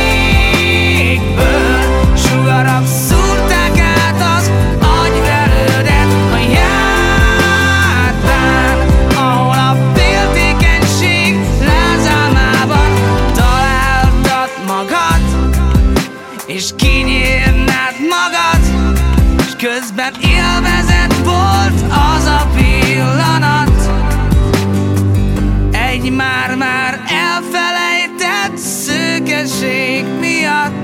égből sugarak szúrták át az agyverődet a járdán, ahol a féltékenység lázálmában találtad magad, és kinyírnád magad, és közben élvezet volt az a pillanat, egy már-már elfelejtett szőkeség miatt.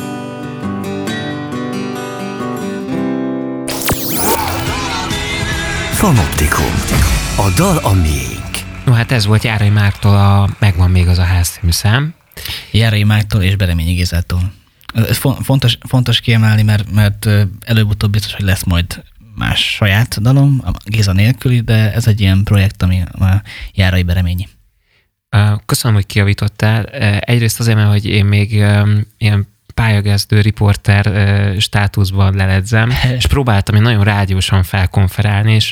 Fanoptikum. A dal a miénk. No hát ez volt Járai Márktól a Megvan még az a ház című szám. Járai Márktól és Bereményi Gézától. Ez fontos kiemelni, mert előbb-utóbb biztos, hogy lesz majd más saját dalom, a Géza nélküli, de ez egy ilyen projekt, ami a Járai Bereményi. Köszönöm, hogy kijavítottál. Egyrészt azért, mert hogy én még ilyen pályakezdő riporter státuszban leledzem, és próbáltam én nagyon rádiósan felkonferálni, és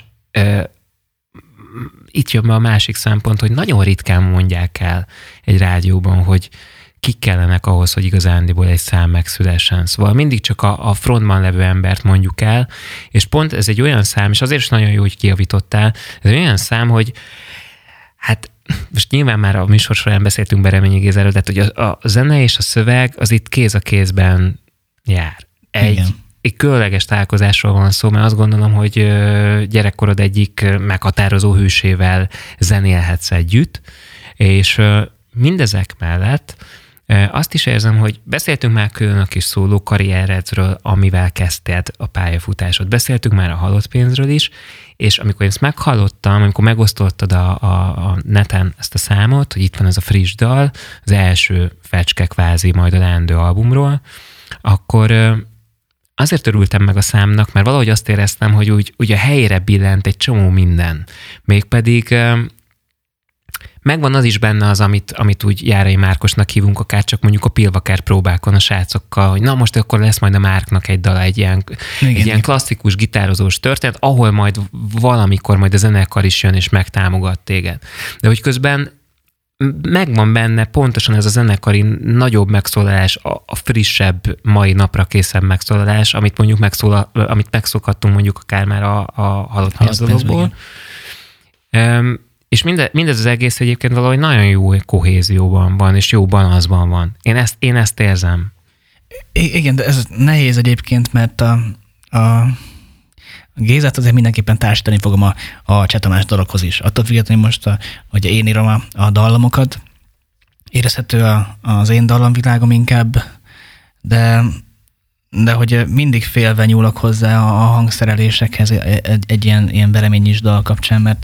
itt jön be a másik szempont, hogy nagyon ritkán mondják el egy rádióban, hogy kik kellenek ahhoz, hogy igazándiból egy szám megszülessen. Szóval mindig csak a frontban levő embert mondjuk el, és pont ez egy olyan szám, és azért is nagyon jó, hogy kijavítottál, ez egy olyan szám, hogy hát most nyilván már a műsor során beszéltünk Bereményi Gézáról, tehát hogy a zene és a szöveg az itt kéz a kézben jár. Egy különleges találkozásról van szó, mert azt gondolom, hogy gyerekkorod egyik meghatározó hősével zenélhetsz együtt, és mindezek mellett azt is érzem, hogy beszéltünk már külön a kis szóló karrieredről, amivel kezdted a pályafutásod. Beszéltünk már a halott pénzről is, és amikor én ezt meghallottam, amikor megosztottad a neten ezt a számot, hogy itt van ez a friss dal, az első fecske kvázi majd a leendő albumról, akkor azért örültem meg a számnak, mert valahogy azt éreztem, hogy úgy a helyére billent egy csomó minden. Mégpedig megvan az is benne az, amit úgy Járai Márkosnak hívunk, akár csak mondjuk a Pilvaker próbákon a srácokkal, hogy na most akkor lesz majd a Márknak egy dala, egy ilyen klasszikus gitározós történet, ahol majd valamikor majd a zenekar is jön és megtámogat téged. De hogy közben megvan benne pontosan ez a zenekari nagyobb megszólalás, a frissebb, mai napra készen megszólalás, amit mondjuk amit megszokhattunk mondjuk akár már a halott pénzdologból. És mindez az egész egyébként valahogy nagyon jó kohézióban van, és jó balanszban van. Én ezt érzem. Igen, de ez nehéz egyébként, mert Gézát azért mindenképpen társítani fogom a Cseh Tamás dologhoz is. Attól függetlenül most, hogy én írom a dallamokat, érezhető az én dallamvilágom inkább, de hogy mindig félve nyúlok hozzá a hangszerelésekhez egy ilyen vereményis dal kapcsán,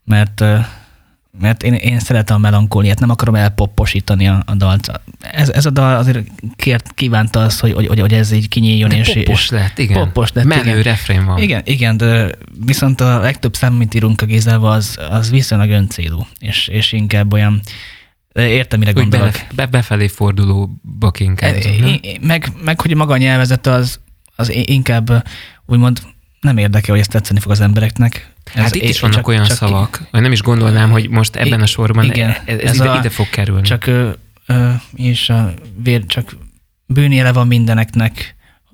mert én szeretem a melankóliát, nem akarom elpopposítani a dalt. Ez a dal azért kívánta azt, hogy ez így kinyíljon. De poppos lett, igen. Poppos lett, menő refrén van. Igen, de viszont a legtöbb szám, amit írunk a Gézával, az viszonylag öncélú, és inkább olyan, értem, mire gondolok. Befelé forduló bakinkább. Meg hogy maga a nyelvezet az inkább úgymond nem érdekel, hogy ezt tetszeni fog az embereknek. Hát itt is vannak olyan szavak, vagy nem is gondolnám, hogy most ebben a sorban igen, ez ide fog kerülni. Csak csak bűnjele van mindeneknek,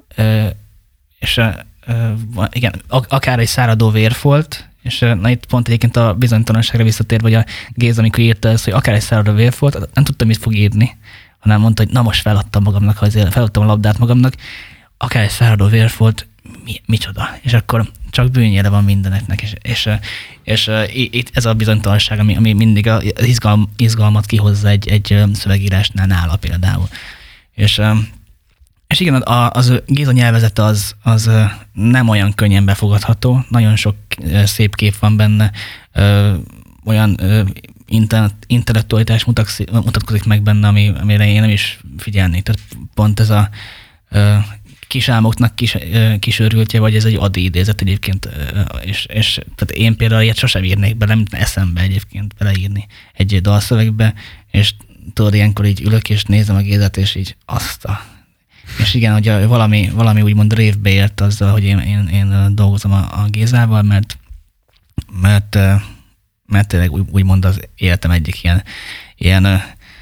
és igen, akár egy száradó vérfolt, és na itt pont egyébként a bizonytalanságra visszatérve, hogy a Géza, amikor írta ezt, hogy akár egy száradó vérfolt, nem tudtam, mit fog írni, hanem mondta, hogy na most feladtam magamnak, feladtam a labdát magamnak, akár egy száradó vérfolt, micsoda. És akkor csak bűnjele van mindeneknek, és itt ez a bizonytalanság, ami mindig az izgalmat kihozza egy szövegírásnál nála például. És igen, az Géza nyelvezete az nem olyan könnyen befogadható, nagyon sok szép kép van benne, olyan intellektualitás mutatkozik meg benne, amire én nem is figyelnék. Tehát pont ez a kis álmoknak kis örültje, vagy ez egy Adi idézet egyébként, és tehát én például ilyet sosem írnék bele, mint eszembe egyébként beleírni egy dalszövegbe, és tudod, ilyenkor így ülök, és nézem a Gézát, és így és igen, hogy valami úgymond révbe ért azzal, hogy én dolgozom a Gézával, mert tényleg úgymond az életem egyik ilyen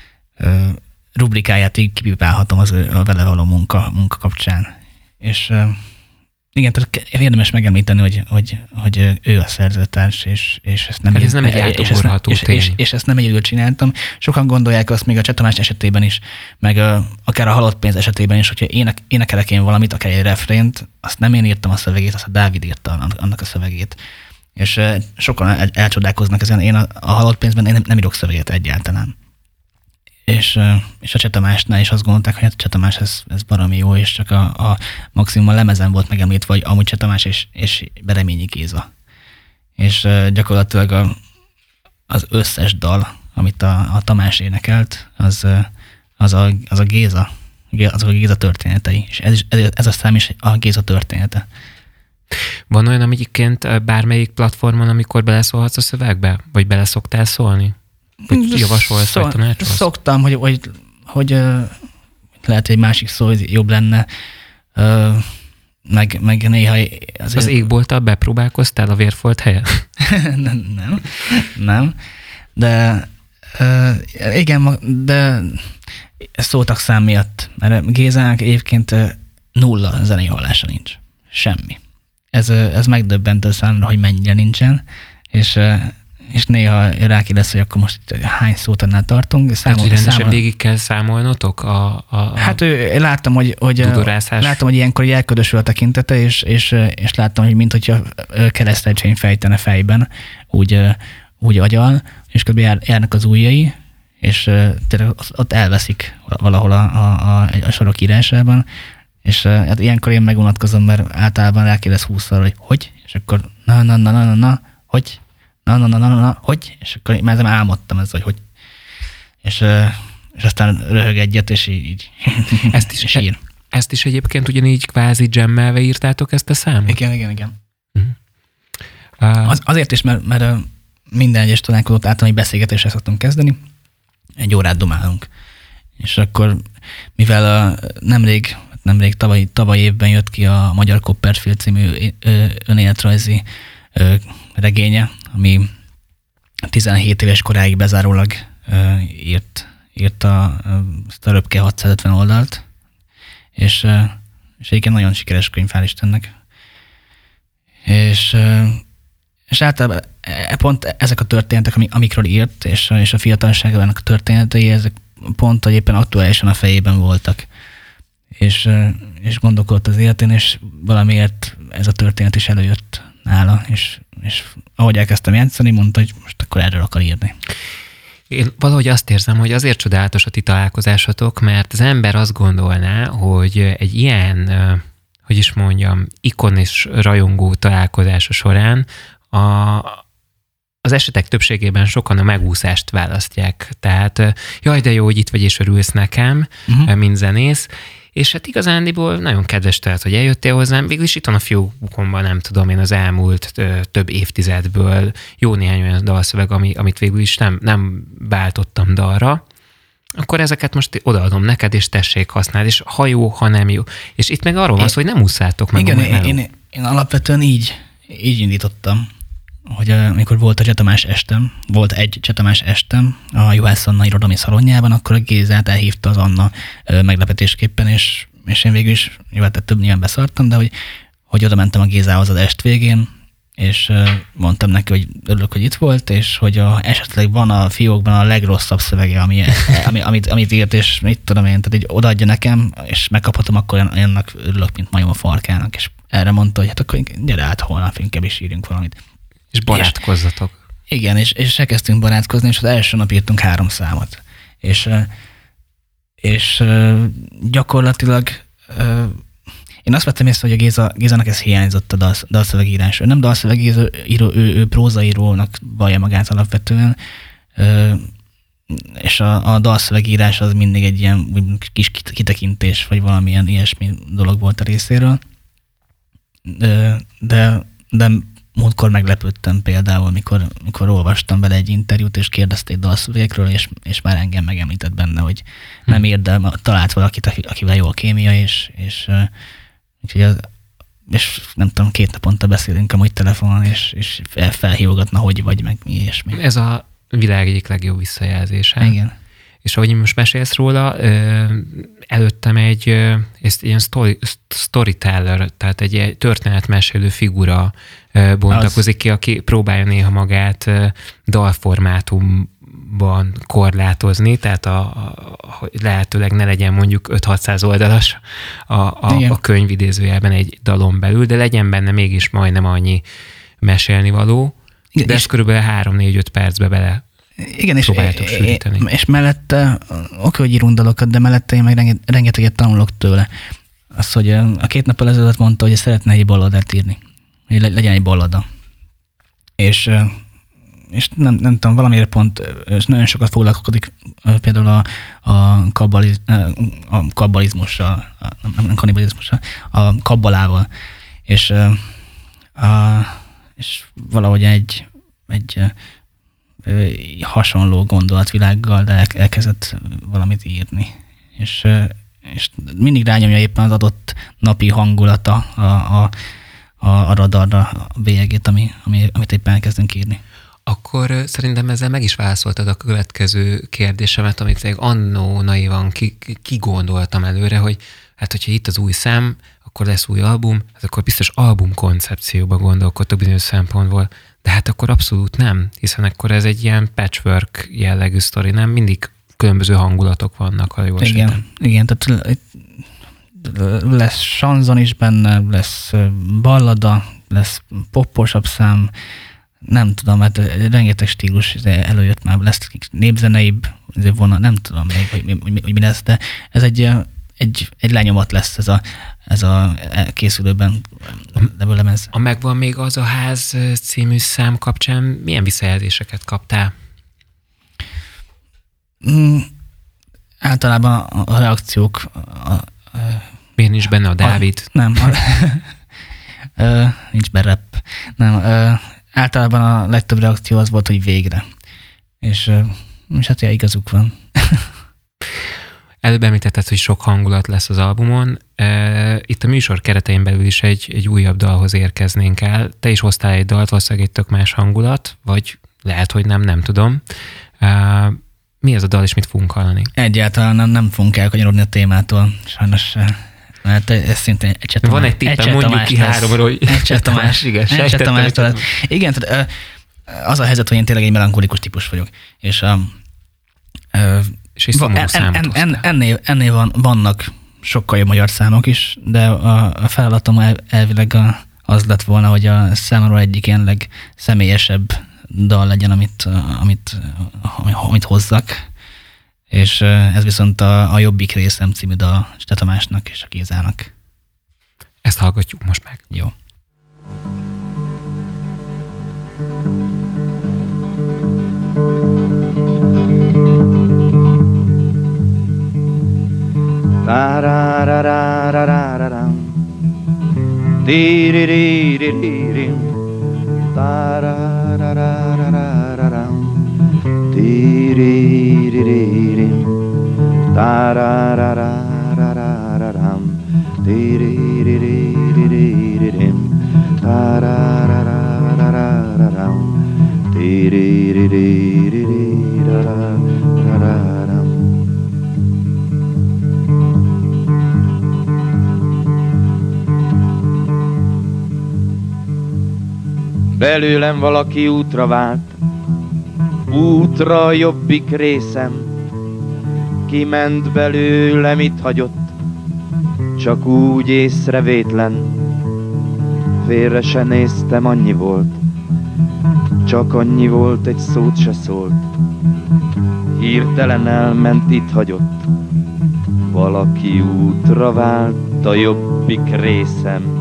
rubrikáját így kipipálhatom a vele való munka kapcsán. És igen, tehát érdemes megemlíteni, hogy ő a szerzőtárs, és ezt nem, ez nem egy átugorható tény. És ezt nem egyedül csináltam. Sokan gondolják azt még a Cseh Tamás esetében is, meg akár a Halott pénz esetében is, hogyha énekelek én valamit, akár egy refrént, azt nem én írtam a szövegét, azt a Dávid írta annak a szövegét. És sokan elcsodálkoznak ezen. Én a Halott pénzben én nem írok szöveget egyáltalán. És a Cseh Tamásnál is azt gondolták, hogy a Cseh Tamás ez baromi jó, és csak a maximum a lemezen volt megemlítve, hogy amúgy Cseh Tamás és Bereményi Géza. És gyakorlatilag az összes dal, amit a Tamás énekelt, az a Géza, azok a Géza történetei. És ez a szám is a Géza története. Van olyan, amikként bármelyik platformon, amikor beleszólhatsz a szövegbe? Vagy beleszoktál szólni? Vagy javasolsz, vagy tanácsolsz? Szoktam, hogy lehet, hogy egy másik szó jobb lenne, meg néha... Az égbolttal bepróbálkoztál a vérfolt helyen? Nem. De igen, de szótak szám miatt. Mert Gézának egyébként nulla zenei hallása nincs. Semmi. Ez megdöbbentő számra, hogy mennyire nincsen, és néha rákérdez, hogy akkor most hány szót annál tartunk. Rendesen végig kell számolnotok Hát láttam, hogy ilyenkor elködösül a tekintete, és láttam, hogy minthogyha keresztelcsény fejtene fejben, úgy agyal, és kb. Járnak az ujjai, és ott elveszik valahol a sorok írásában, és hát ilyenkor én megunatkozom, mert általában rákérdez 20-szor, hogy, és akkor na, hogy, na, hogy, és akkor már álmodtam ezzel, hogy. És aztán röhög egyet, és így és ír. Ezt is egyébként ugyanígy kvázi jammelve írtátok ezt a számot? Igen. Azért is, mert minden egyes találkozót általán beszélgetésre szoktunk kezdeni, egy órát domálunk. És akkor, mivel nemrég tavaly évben jött ki a Magyar Copperfield című önéletrajzi regénye, ami 17 éves koráig bezárólag írta ezt a röpke 650 oldalt, és egyébként nagyon sikeres könyv, hál' Istennek. És általában pont ezek a történetek, amikről írt, és a fiatalságának a történetei, ezek pont, hogy éppen aktuálisan a fejében voltak. és gondolkodott az életén, és valamiért ez a történet is előjött nála, és ahogy elkezdtem játszani, mondta, hogy most akkor erről akar írni. Én valahogy azt érzem, hogy azért csodálatos a ti találkozásatok, mert az ember azt gondolná, hogy egy ilyen, hogy is mondjam, ikon és rajongó találkozása során az esetek többségében sokan a megúszást választják. Tehát jaj, de jó, hogy itt vagy és örülsz nekem, mint zenész, és hát igazándiból nagyon kedves tehát, hogy eljöttél hozzám. Végülis itt van a fiókomban, nem tudom én, az elmúlt több évtizedből jó néhány olyan dalszöveg, amit végül is nem váltottam dalra. Akkor ezeket most odaadom neked, és tessék használni, és ha jó, ha nem jó. És itt meg arról van szó, hogy nem ússzátok meg. Igen, én alapvetően így indítottam, hogy amikor volt a Csetamás estem, volt egy Csetamás estem a Juhász Anna irodalmi szalonjában, akkor a Gézát elhívta az Anna meglepetésképpen, és én végül is több nyilván beszartam, de hogy oda mentem a Gézához az est végén, és mondtam neki, hogy örülök, hogy itt volt, és hogy esetleg van a fiókban a legrosszabb szövege, amit írt, és mit tudom én, tehát így odaadja nekem, és megkaphatom, akkor olyannak örülök, mint majom a farkának, és erre mondta, hogy hát akkor gyere át holnap, inkább is írjunk valamit. És barátkozzatok. Igen, és elkezdtünk barátkozni, és az első nap írtunk 3 számot. És gyakorlatilag én azt vettem észre, hogy a Gézának ez hiányzott a dalszövegírás. Ő nem dalszövegíró, ő prózaírónak vallja magát alapvetően, és a dalszövegírás az mindig egy ilyen kis kitekintés, vagy valamilyen ilyesmi dolog volt a részéről. De múltkor meglepődtem például, mikor olvastam vele egy interjút, és kérdezték dalszövegekről, és már engem megemlített benne, hogy nem ír, de talált valakit, akivel jó a kémia, és nem tudom, 2 naponta beszélünk amúgy telefonon, és felhívogatna, hogy vagy, meg mi ilyesmi. Ez a világ egyik legjobb visszajelzése. Igen. És ahogy most mesélsz róla, előttem egy ilyen storyteller, tehát egy történetmesélő figura bontakozik ki, aki próbálja néha magát dalformátumban korlátozni, tehát hogy lehetőleg ne legyen mondjuk 5-600 oldalas a könyv idézőjelben egy dalon belül, de legyen benne mégis majdnem annyi mesélnivaló, de ezt körülbelül 3-4-5 percbe bele igen, és mellette, hogy írunk dalokat, de mellette én meg rengeteget tanulok tőle. Az, hogy a 2 nap ezelőtt mondta, hogy szeretne egy balladát írni. Hogy legyen egy ballada. És nem tudom, valamiért pont nagyon sokat foglalkozik például a kabbalizmussal, nem kannibalizmussal, a kabbalával. És valahogy egy hasonló gondolatvilággal, de elkezdett valamit írni. És mindig rányomja éppen az adott napi hangulata a radarra a bélyegét, amit éppen elkezdünk írni. Akkor szerintem ezzel meg is válaszoltad a következő kérdésemet, amit annó naivan kigondoltam előre, hogy hát hogyha itt az új szám, akkor lesz új album, hát akkor biztos album koncepcióba gondolkodtok bizonyos szempontból, de hát akkor abszolút nem, hiszen akkor ez egy ilyen patchwork jellegű sztori, nem? Mindig különböző hangulatok vannak, ha jól sejtem. Igen, tehát lesz sanzon is benne, lesz ballada, lesz popposabb szám, nem tudom, hát rengeteg stílus előjött már, lesz népzeneibb vonal, nem tudom még, hogy mi lesz, de ez egy lenyomat lesz ez a készülőben levő lemez. A Megvan még az a ház című szám kapcsán milyen visszajelzéseket kaptál? Általában a reakciók... Miért nincs benne a Dávid? Nem. Nincs benne rap. Nem. Általában a legtöbb reakció az volt, hogy végre. És hát igazuk van. Előbb említetted, hogy sok hangulat lesz az albumon. Itt a műsor keretein belül is egy újabb dalhoz érkeznénk el. Te is hoztál egy dalt, valószínűleg egy tök más hangulat, vagy lehet, hogy nem tudom. Mi ez a dal, és mit fogunk hallani? Egyáltalán nem fogunk elkanyarodni a témától, sajnos. Mert ez szintén egy Cseh Tamás. Van egy tippem, mondjuk ki 3-ról, hogy egy Cseh Tamás. Igen, tehát az a helyzet, hogy én tényleg egy melankolikus típus vagyok. És egy szomorú számot ennél vannak sokkal jobb magyar számok is, de a feladatom elvileg az lett volna, hogy a számomra egyik ilyen legszemélyesebb dal legyen, amit hozzak. És ez viszont a Jobbik részem című dal Ste Tamásnak és a Gézának. Ezt hallgatjuk most meg. Jó. Belőlem valaki útra vált, útra a Jobbik részem. Kiment belőlem, itt hagyott, csak úgy észrevétlen. Félre se néztem, annyi volt, csak annyi volt, egy szót se szólt. Hirtelen elment, itt hagyott, valaki útra vált a Jobbik részem.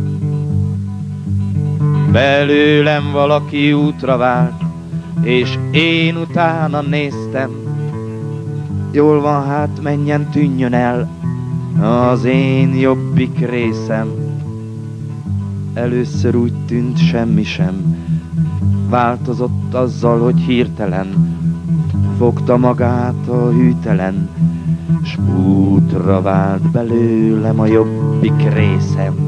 Belőlem valaki útra vált, és én utána néztem. Jól van, hát menjen, tűnjön el az én Jobbik részem. Először úgy tűnt, semmi sem változott azzal, hogy hirtelen fogta magát a hűtelen, s útra vált belőlem a Jobbik részem.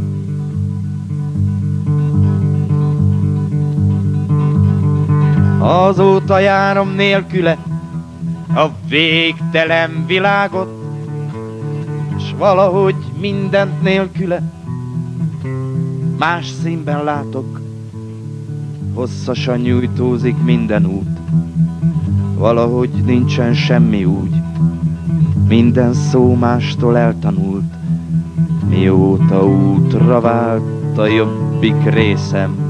Azóta járom nélküle a végtelen világot, s valahogy mindent nélküle más színben látok. Hosszasan nyújtózik minden út, valahogy nincsen semmi úgy, minden szó mástól eltanult, mióta útra vált a Jobbik részem.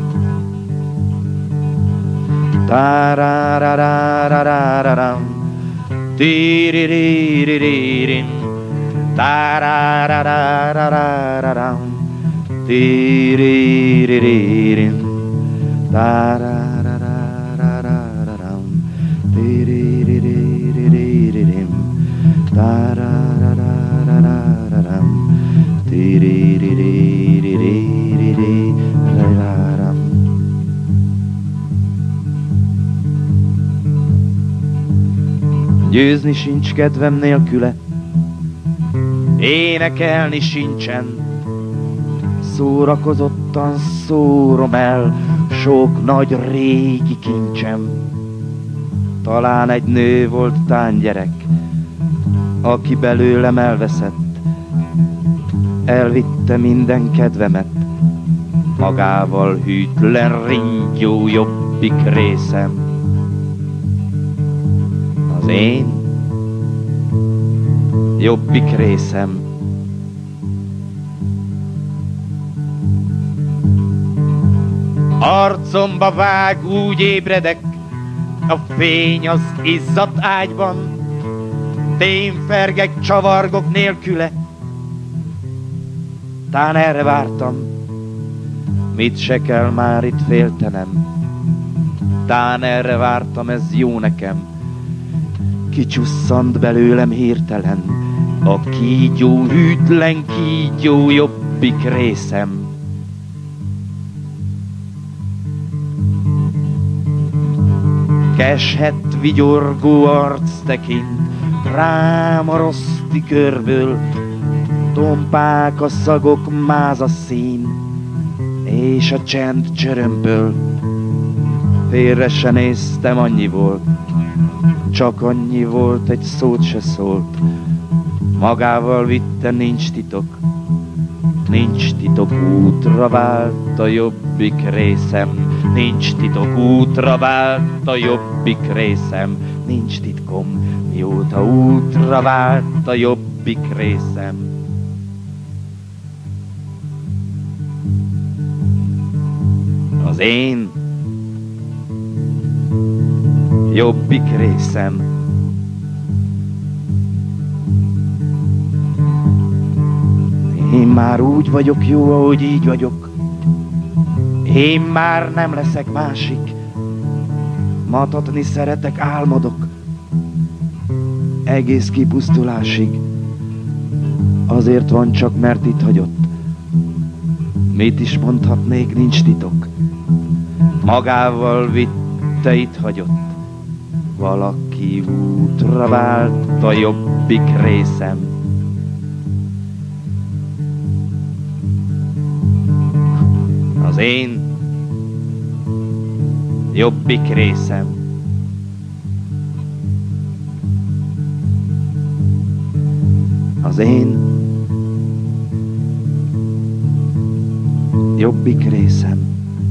Tararararararam, tiririririm, tararararararam, tiririririm, tararararararam, tiririririm, tararararararam, tiriririririraram. Győzni sincs kedvem nélküle, énekelni sincsen. Szórakozottan szórom el sok nagy régi kincsem. Talán egy nő volt tángyerek, aki belőlem elveszett. Elvitte minden kedvemet, magával hűtlen ringyó Jobbik részem. Az én Jobbik részem. Arcomba vág, úgy ébredek, a fény az izzadt ágyban. Témfergek, csavargok nélküle, tán erre vártam, mit se kell már itt féltenem. Tán erre vártam, ez jó nekem. Kicsusszant belőlem hirtelen a kígyó, hűtlen kígyó Jobbik részem. Keshet, vigyorgó arc tekint rám a rossz tükörből, tompák a szagok, máz a szín, és a csend csörömpöl. Félre se néztem, annyi volt, csak annyi volt, egy szót se szólt. Magával vitte, nincs titok, nincs titok, útra vált a Jobbik részem. Nincs titok, útra vált a Jobbik részem. Nincs titkom, mióta útra vált a Jobbik jobbik részem. Az én jobbik részem. Én már úgy vagyok jó, ahogy így vagyok. Én már nem leszek másik. Matatni szeretek, álmodok. Egész kipusztulásig. Azért van csak, mert itt hagyott. Mit is mondhatnék, nincs titok. Magával vitte, itt hagyott. Valaki útra vált a jobbik részem. Az én jobbik részem. Az én jobbik részem.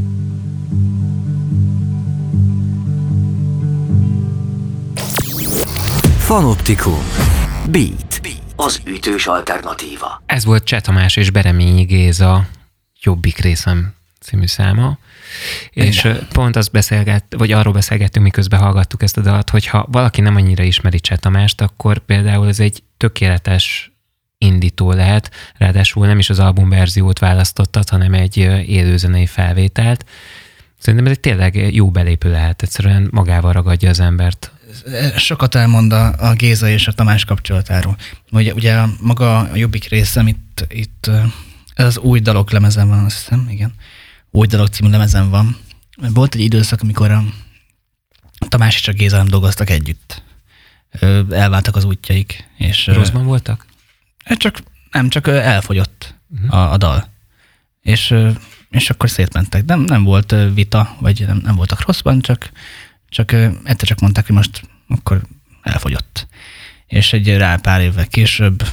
Fanoptikum. Beat. Az ütős alternatíva. Ez volt Cseh Tamás és Bereményi Géza Jobbik részem című száma. És pont azt arról beszélgettünk, miközben hallgattuk ezt a dalt, hogyha valaki nem annyira ismeri Cseh Tamást, akkor például ez egy tökéletes indító lehet, ráadásul nem is az albumverziót választottad, hanem egy élőzenei felvételt. Szerintem ez egy tényleg jó belépő lehet, egyszerűen magával ragadja az embert. Sokat elmond a Géza és a Tamás kapcsolatáról. Ugye maga a Jobbik részem itt az Új dalok lemezen van, azt hiszem, igen. Új dalok című lemezen van. Volt egy időszak, amikor a Tamás és a Géza nem dolgoztak együtt. Elváltak az útjaik. És rosszban voltak? Csak elfogyott a dal. És akkor szétmentek. Nem volt vita, vagy nem voltak rosszban, csak egyszer csak mondták, hogy most akkor elfogyott. És egy pár évvel később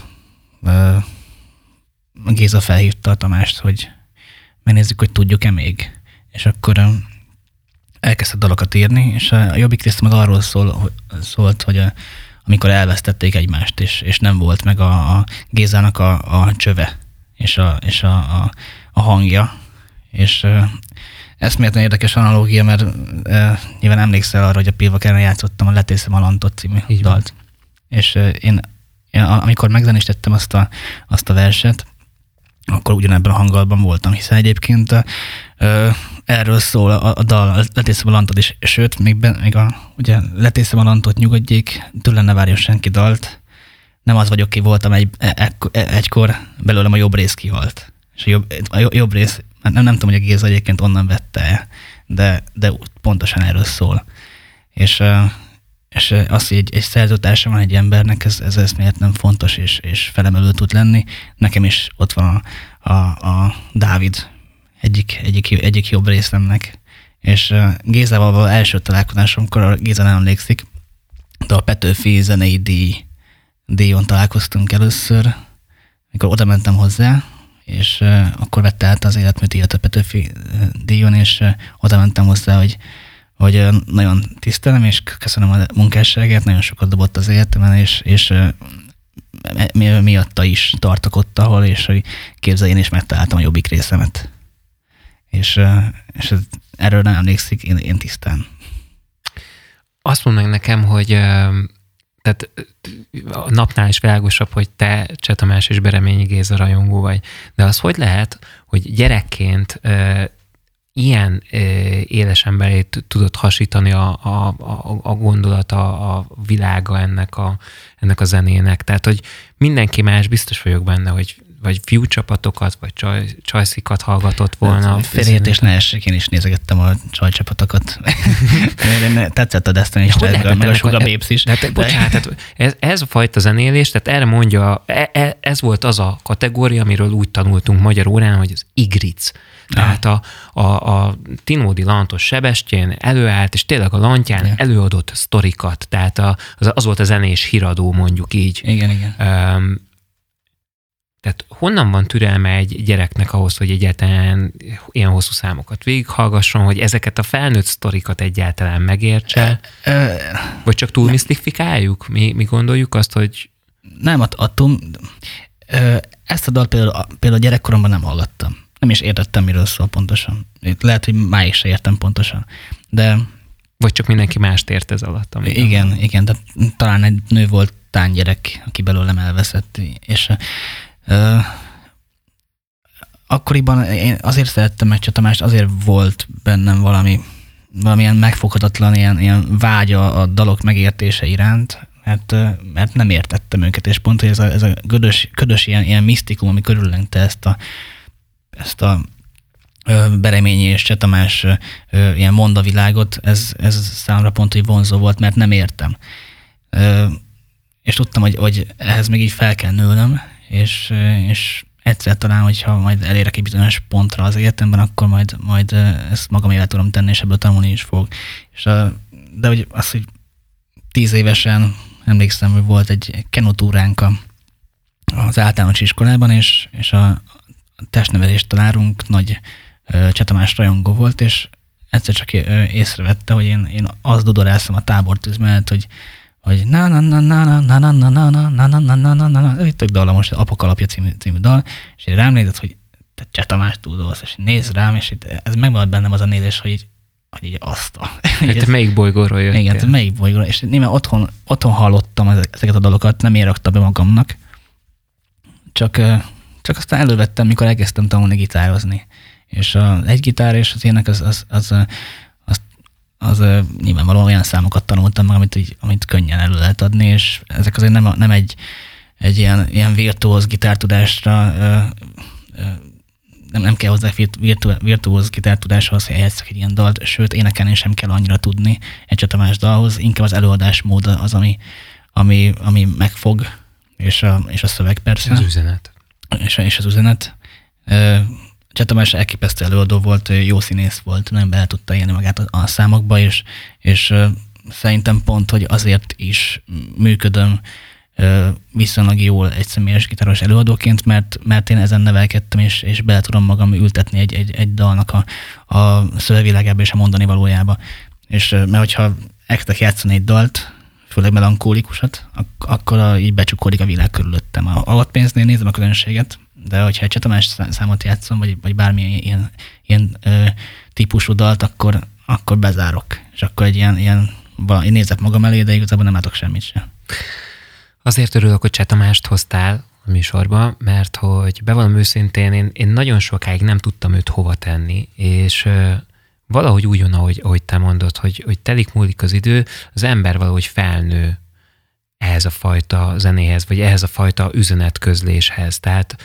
Géza felhívta a Tamást, hogy megnézzük, hogy tudjuk-e még. És akkor elkezdett dalokat írni, és a Jobbik rész meg arról szólt, hogy amikor elvesztették egymást, és nem volt meg a Gézának a csöve, és a hangja. És ez miért érdekes analógia, mert nyilván emlékszel arra, hogy a Pilvakeren játszottam a Letészem a Lantot című dalt. És én amikor megzenéstettem azt a verset, akkor ugyanebben a hanggalban voltam, hiszen egyébként erről szól a dal, Letészem a Lantot is, sőt, még ugye Letészem a Lantot, nyugodjék, tőle ne várjon senki dalt, nem az vagyok, ki voltam egykor, belőlem a jobb rész kihalt. És a jobb rész, nem tudom, hogy a Géza egyébként onnan vette, de pontosan erről szól. És az, hogy egy szerzőtársa van egy embernek, ez miért nem fontos és felemelő tud lenni. Nekem is ott van a Dávid, egyik jobb részemnek. És Gézával való első találkozásomkor, a Géza nem emlékszik, de a Petőfi zenei díjon találkoztunk először, mikor oda mentem hozzá, és akkor vette át az életműdíjat a Petőfi díjon, és oda mentem hozzá, hogy nagyon tisztelem, és köszönöm a munkásságát, nagyon sokat dobott az életemen, és miatta is tartok ott, ahol, és hogy képzelj, én is megtaláltam a Jobbik részemet. És erről nem emlékszik, én tisztán. Azt mondd meg nekem, hogy tehát a napnál is világosabb, hogy te Cseh Tamás és Bereményi Géza rajongó vagy. De az hogy lehet, hogy gyerekként ilyen élesen belé tudod hasítani a gondolata, a világa ennek a zenének. Tehát, hogy mindenki más, biztos vagyok benne, hogy vagy fiúcsapatokat, vagy csajszikat hallgatott volna. Félreértés ne essék, én is nézegettem a csajcsapatokat. Tetszett a Destiny is, meg a Sugar Babes is. Bocsánat, ez a fajta zenélés, tehát erre mondja, ez volt az a kategória, amiről úgy tanultunk magyar órán, hogy az igric. Tehát a Tinódi Lantos Sebestyén előállt, és tényleg a lantján előadott sztorikat. Tehát az volt a zenés híradó, mondjuk így. Igen. Tehát honnan van türelme egy gyereknek ahhoz, hogy egyáltalán ilyen hosszú számokat végighallgasson, hogy ezeket a felnőtt sztorikat egyáltalán megértse? Vagy csak túl misztifikáljuk? Mi gondoljuk azt, hogy... Nem, ezt a dalt például gyerekkoromban nem hallgattam. Nem is értettem, miről szól pontosan. Lehet, hogy máig se értem pontosan. De... Vagy csak mindenki mást ért ez alatt. Igen, de talán egy nő volt tánygyerek, aki belőlem elveszett, és akkoriban én azért szerettem meg Cseh Tamást, azért volt bennem valamilyen megfoghatatlan ilyen vágya a dalok megértése iránt, mert nem értettem őket, és pont, hogy ez a ködös ilyen misztikum, ami körülötte ezt a Bereményi és Cseh Tamás ilyen mondavilágot, ez számomra pont, hogy vonzó volt, mert nem értem. És tudtam, hogy ehhez még így fel kell nőnöm, és egyszer talán, hogyha majd elérek egy bizonyos pontra az életemben, akkor majd ezt magamévá tudom tenni, és ebből tanulni is fog. De hogy az, hogy 10 évesen emlékszem, hogy volt egy kenutúránk az általános iskolában, és a testnevelés tanárunk nagy Cseh Tamás rajongó volt, és egyszer csak észrevette, hogy én azt dudorálszom a tábortűz mellett, hogy tök dallamos, Apokalapja című dal, és én rám nézett, hogy te Cseh Tamást tudolsz, és néz rám, és ez megmaradt bennem az a nézés, hogy így azt a... Te melyik bolygóról jöttél? Igen, te melyik bolygóról, és némely otthon hallottam ezeket a dalokat, nem én raktam be magamnak, csak aztán elővettem, mikor elkezdtem tanulni gitározni. És egy gitár és az ének az nyilvánvalóan olyan számokat tanultam meg, amit könnyen elő lehet adni, és ezek azért nem egy ilyen virtuóz gitártudásra, nem kell hozzá virtuóz gitártudáshoz, hogy eljátszak egy ilyen dalt, sőt, énekelni sem kell annyira tudni egy Cseh Tamás dalhoz, inkább az előadásmód az, ami megfog, és a szöveg persze. Az üzenet. És az üzenet. Cseh Tamás elképesztő előadó volt, jó színész volt, nagyon bele tudta élni magát a számokba, és szerintem pont, hogy azért is működöm viszonylag jól egy személyes gitáros előadóként, mert én ezen nevelkedtem, és bele tudom magam ültetni egy dalnak a szövegvilágába és a mondani valójába. És mert hogyha elkezdek játszani egy dalt, főleg melankólikusat, akkor így becsukódik a világ körülöttem. A alattpénznél nézem a közönséget, de hogyha egy Cseh Tamás számot játszom, vagy bármilyen ilyen típusú dalt, akkor bezárok. És akkor én nézek magam elé, de igazából nem látok semmit sem. Azért örülök, hogy Cseh Tamást hoztál a műsorba, mert hogy bevallom őszintén, én nagyon sokáig nem tudtam őt hova tenni, és valahogy úgy jön, ahogy te mondod, hogy telik múlik az idő, az ember valahogy felnő ehhez a fajta zenéhez, vagy ehhez a fajta üzenetközléshez. Tehát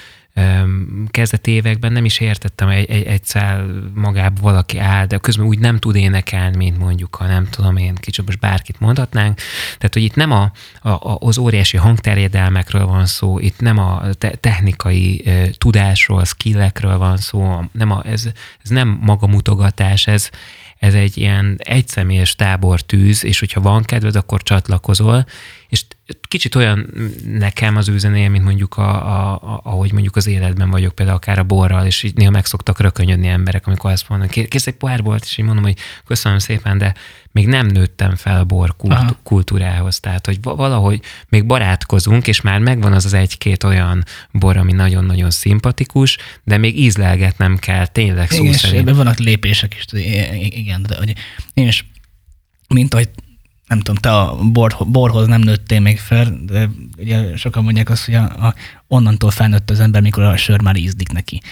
kezdeti években nem is értettem, egy szál magába valaki áll, de közben úgy nem tud énekelni, mint mondjuk, ha nem tudom én, kicsit most bárkit mondhatnánk. Tehát, hogy itt nem az óriási hangterjedelmekről van szó, itt nem a technikai tudásról, skillekről van szó, ez nem magamutogatás, ez egy ilyen egyszemélyes tábortűz, és hogyha van kedved, akkor csatlakozol, és kicsit olyan nekem az ő zenéje, mint mondjuk ahogy mondjuk az életben vagyok, például akár a borral, és így néha meg szoktak rökönyödni emberek, amikor azt mondom, kész egy pohár bort, és így mondom, hogy köszönöm szépen, de még nem nőttem fel a bor kultúrához. Tehát, hogy valahogy még barátkozunk, és már megvan az egy-két olyan bor, ami nagyon-nagyon szimpatikus, de még ízlelgetnem kell, tényleg szó szerint. Ebben vannak lépések is, igen, de hogy én is, mint ahogy nem tudom, te a borhoz nem nőttél még fel, de ugye sokan mondják azt, hogy onnantól felnőtt az ember, mikor a sör már ízlik neki.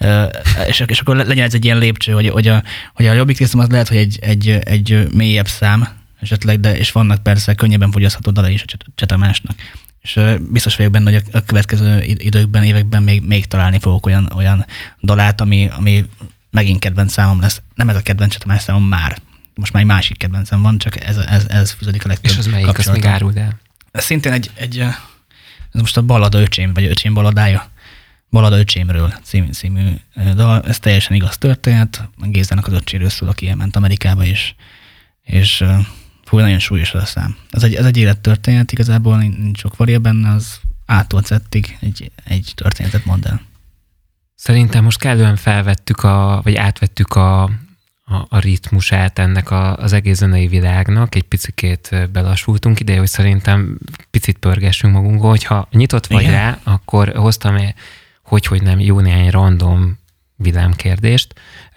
És akkor legyen ez egy ilyen lépcső, hogy a jobbik részem az lehet, hogy egy mélyebb szám esetleg, és vannak persze könnyebben fogyasztható dala is a Cseh Tamásnak. És biztos vagyok benne, hogy a következő időkben, években még találni fogok olyan dalát, ami megint kedvenc számom lesz. Nem ez a kedvenc Cseh Tamás számom már. Most már egy másik kedvencem van, csak ez fűződik a legtöbb. És az melyik, azt még áruld el? Szintén ez most a Ballada öcsém, vagy öcsém balladája. Ballada öcsémről című dal. Ez teljesen igaz történet. Gézának az öcséről szól, aki elment Amerikába, és nagyon súlyos az a szám. Ez egy élettörténet, igazából nincs sok varia benne, az A-tól Z-ig egy történetet mond el. Szerintem most kellően felvettük vagy átvettük a ritmusát ennek az egész zenei világnak, egy picikét belassultunk ide, hogy szerintem picit pörgessünk magunkból, hogyha nyitott vagy rá, akkor hoztam hogy nem jó néhány random villámkérdést.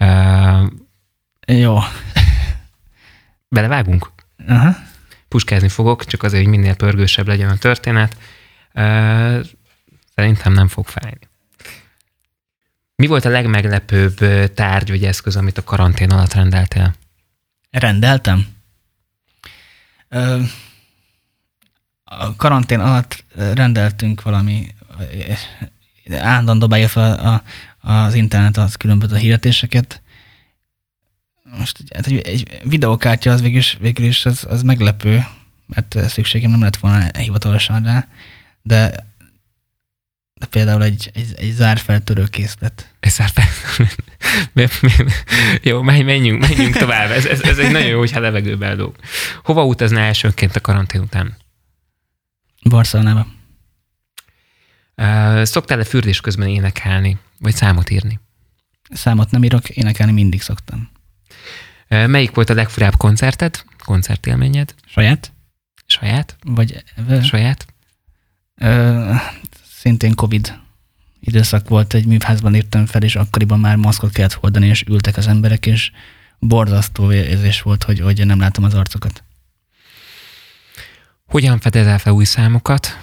Jó. Belevágunk? Aha. Puskázni fogok, csak azért, hogy minél pörgősebb legyen a történet. Szerintem nem fog fájni. Mi volt a legmeglepőbb tárgy vagy eszköz, amit a karantén alatt rendeltél? Rendeltem? A karantén alatt rendeltünk valami, állandóan dobálja fel az internet az különböző hirdetéseket. Most egy videókártya az végül is az meglepő, mert szükségem nem lett volna hivatalosan rá, de például egy zárfeltörő készlet. Egy zárfeltörő? Jó, menjünk tovább. Ez egy nagyon jó, hogyha levegőbe eldog. Hova utaznál elsőként a karantén után? Barcelonába. Szoktál-e fürdés közben énekelni, vagy számot írni? Számot nem írok, énekelni mindig szoktam. Melyik volt a legfurább koncerted, koncertélményed? Saját? Saját? Vagy saját? Szintén Covid időszak volt, egy műházban írtam fel, és akkoriban már maszkot kellett hordani, és ültek az emberek, és borzasztó érzés volt, hogy nem látom az arcokat. Hogyan fedezel fel új számokat?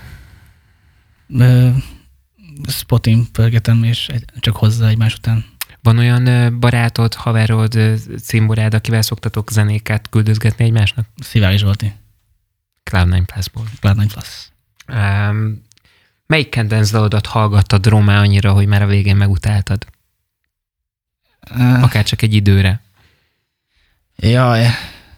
Spotin pörgetem, és csak hozzá egymás után. Van olyan barátod, haverod, cimborád, akivel szoktatok zenéket küldözgetni egymásnak? Szivágyi Zsolti. Cloud9 Plus-ból. Cloud9 Plus. Melyik kedvenc dalodat hallgattad romá annyira, hogy már a végén megutáltad? Akár csak egy időre. Jaj.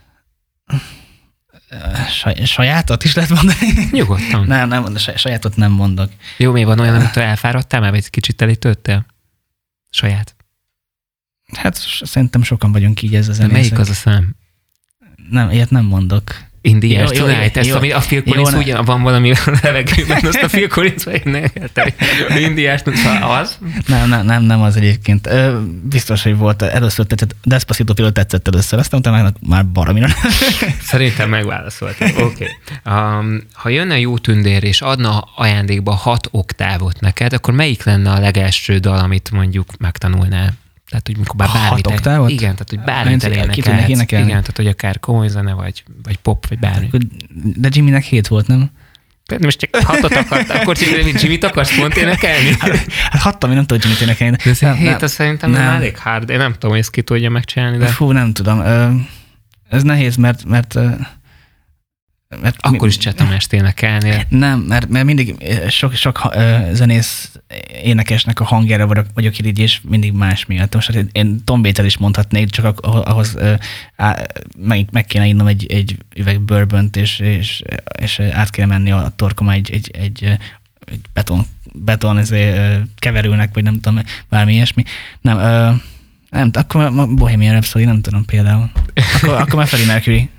Sajátot is lehet mondani? Nyugodtan. Nem, sajátot nem mondok. Jó, mi van olyan, amitől elfáradtál már, vagy egy kicsit elítődtél? Saját. Hát szerintem sokan vagyunk így ez a zenészek. Melyik az a szám? Nem, ilyet nem mondok. Indiás, Tonight, ezt ami a Phil Collins ugyan van valami levegőben, azt a Phil Collins vagy Indiás, az? Nem az egyébként. Biztos, hogy volt először tetszett, Despacito például tetszett először, aztán utána már baromira. Szerintem megválaszoltam. Oké. Ha jönne jó tündér és adna ajándékba 6 oktávot neked, akkor melyik lenne a legelső dal, amit mondjuk megtanulnál? Tehát, hogy mikor bármit... 6 oktávot? Igen, tehát, hogy bármit elénekelhetsz. Igen, tehát, hogy akár komoly zene, vagy pop, vagy bármi. De Jimmynek 7 volt, nem? Most csak 6-ot akart, akkor Jimmy-t akarsz pont énekelni? Hát 6, ami nem tudod Jimmy-t énekelni. De 7 az szerintem nem elég hard. Én nem tudom, hogy ezt ki tudja megcsinálni, de... Fú, nem tudom. Ez nehéz, mert akkor is Csetamest énekelnél. Nem, mert mindig sok zenész énekesnek a hangjára vagyok irigy, és mindig más miatt. Most én Tom Waits-el is mondhatnék, csak ahhoz meg kéne innom egy üveg bourbont, és át kéne menni a torkom egy beton keverülnek, vagy nem tudom, bármi ilyesmi. Nem, akkor Bohemian Rhapsody, nem tudom például. Akkor már Freddie Mercury.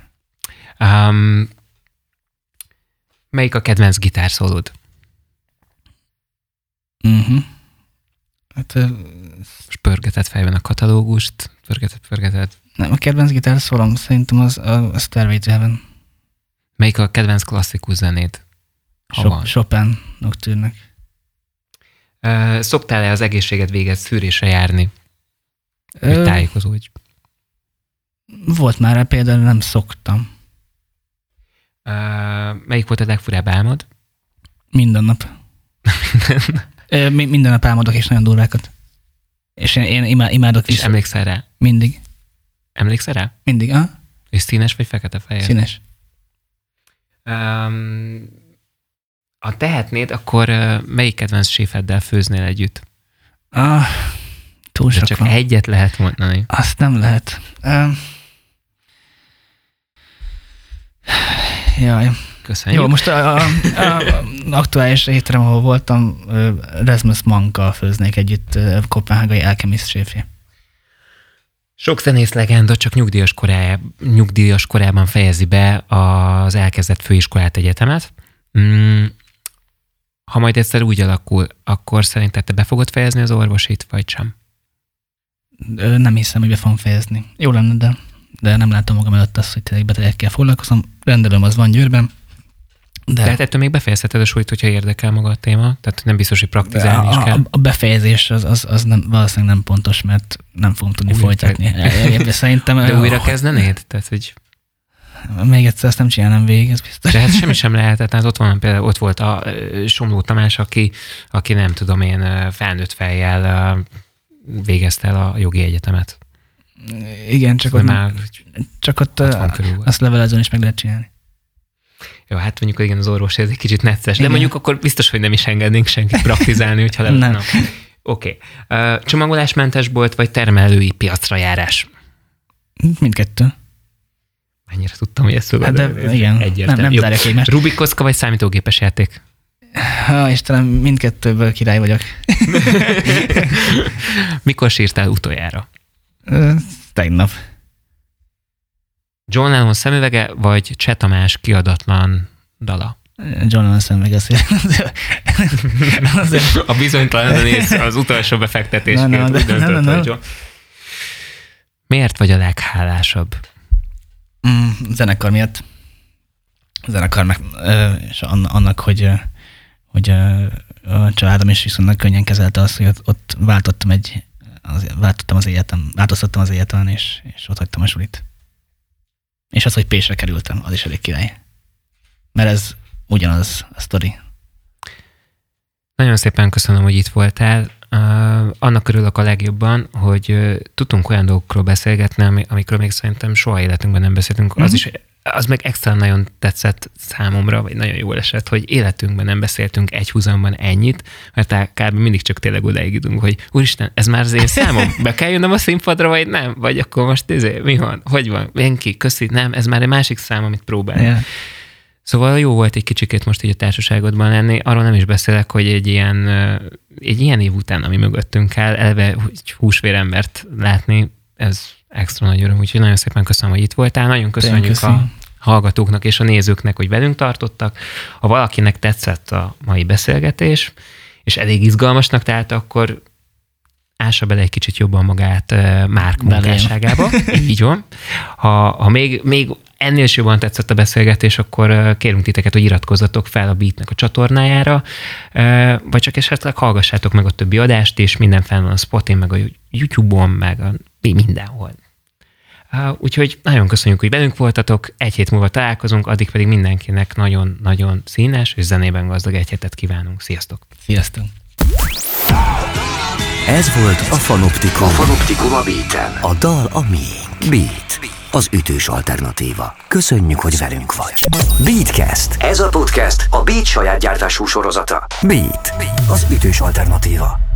Melyik a kedvenc gitárszólód? Hát... Most pörgetett fejben a katalógust, pörgetett. Nem, a kedvenc gitárszólom szerintem az a Stairway to Heaven. Melyik a kedvenc klasszikus zenéd? Chopin Nocturne-nek. Szoktál-e az egészséged véget szűrésre járni? Hogy tájékozódj? Volt már, például nem szoktam. Melyik volt a legfurább álmod? Minden nap. Minden nap álmodok, és nagyon durvákat. És én imádok vissza. És emlékszel rá? Mindig. Emlékszel rá? Mindig, És színes vagy fekete-fehér? Színes. Ha tehetnéd, akkor melyik kedvenc séfeddel főznél együtt? Túl sok csak van. Egyet lehet mondani. Azt nem lehet. Jaj. Köszönjük. Jó, most a aktuális étterem, ahol voltam, Rasmus Mankkal főznék együtt, kopenhágai Alchemist séfje. Sok zenész legenda csak nyugdíjas korában fejezi be az elkezdett főiskolát, egyetemet. Ha majd egyszer úgy alakul, akkor szerinted te be fogod fejezni az orvosit, vagy sem? Nem hiszem, hogy be fogom fejezni. Jó lenne, de nem látom magam előtt azt, hogy tényleg betegekkel foglalkozom. Rendelőm az van Győrben. De tehát ettől még befejezheted a súlyt, hogyha érdekel maga a téma? Tehát nem biztos, hogy praktizálni is kell. A befejezés az nem, valószínűleg nem pontos, mert nem fogom tudni folytatni. Szerintem, de újra kezdenéd? Tehát, hogy... Még egyszer ezt nem csinálnám végig, ez biztos. De hát semmi sem lehetett. Hát ott volt a Somló Tamás, aki nem tudom én felnőtt fejjel végezte el a jogi egyetemet. Igen, csak ott azt levelezőn is meg lehet csinálni. Jó, hát mondjuk igen, az orvos ez egy kicsit necces, de mondjuk akkor biztos, hogy nem is engednénk senkit praktizálni, hogyha nem. Oké. Csomagolásmentes bolt, vagy termelői piacra járás? Mindkettő. Mennyire tudtam, hogy ezt fogod. Hát de igen, nem zárják egymást. Rubik kocka, vagy számítógépes játék? Istenem, mindkettőből király vagyok. Mikor sírtál utoljára? Tegnap. John Lennon szemüvege, vagy Cseh Tamás kiadatlan dala? John Lennon szemüvege. A bizonytalan néz az utolsó befektetésként. Úgy döntött, hogy miért vagy a leghálásabb? Zenekar miatt. És annak, hogy a családom is viszonylag könnyen kezelte azt, hogy ott változtattam az egyetlen, és ott hagytam a sulit. És az, hogy Pécsre kerültem, az is elég király. Mert ez ugyanaz a sztori. Nagyon szépen köszönöm, hogy itt voltál. Annak örülök a legjobban, hogy tudtunk olyan dolgokról beszélgetni, amikről még szerintem soha életünkben nem beszéltünk. Az meg extra nagyon tetszett számomra, vagy nagyon jól esett, hogy életünkben nem beszéltünk egy húzamban ennyit, mert kb. Mindig csak tényleg odáig jutunk, hogy úristen, ez már az én számom, be kell jönnöm a színpadra, vagy nem? Vagy akkor most mi van? Hogy van? Én ki? Köszi? Nem, ez már egy másik szám, amit próbálni. Yeah. Szóval jó volt egy kicsikét most így a társaságodban lenni. Arról nem is beszélek, hogy egy ilyen év után, ami mögöttünk áll, eleve húsvérembert látni, ez extra nagy öröm, úgyhogy nagyon szépen köszönöm, hogy itt voltál. Nagyon köszönjük a hallgatóknak és a nézőknek, hogy velünk tartottak. Ha valakinek tetszett a mai beszélgetés, és elég izgalmasnak talált, akkor ássa bele egy kicsit jobban magát Márk munkásságába. Így van. Ha még ennél is jobban tetszett a beszélgetés, akkor kérünk titeket, hogy iratkozzatok fel a Beatnek a csatornájára, vagy csak esetleg hallgassátok meg a többi adást, és minden fel van a Spotin, meg a YouTube-on, meg mindenhol. Úgyhogy nagyon köszönjük, hogy velünk voltatok, egy hét múlva találkozunk, addig pedig mindenkinek nagyon-nagyon színes és zenében gazdag egy hetet kívánunk. Sziasztok! Sziasztok! Ez volt a Fanoptikum. A Fanoptikum a Beaten. A dal a miénk. Beat. Az ütős alternatíva. Köszönjük, hogy velünk vagy. Beatcast. Ez a podcast a Beat saját gyártású sorozata. Beat. Az ütős alternatíva.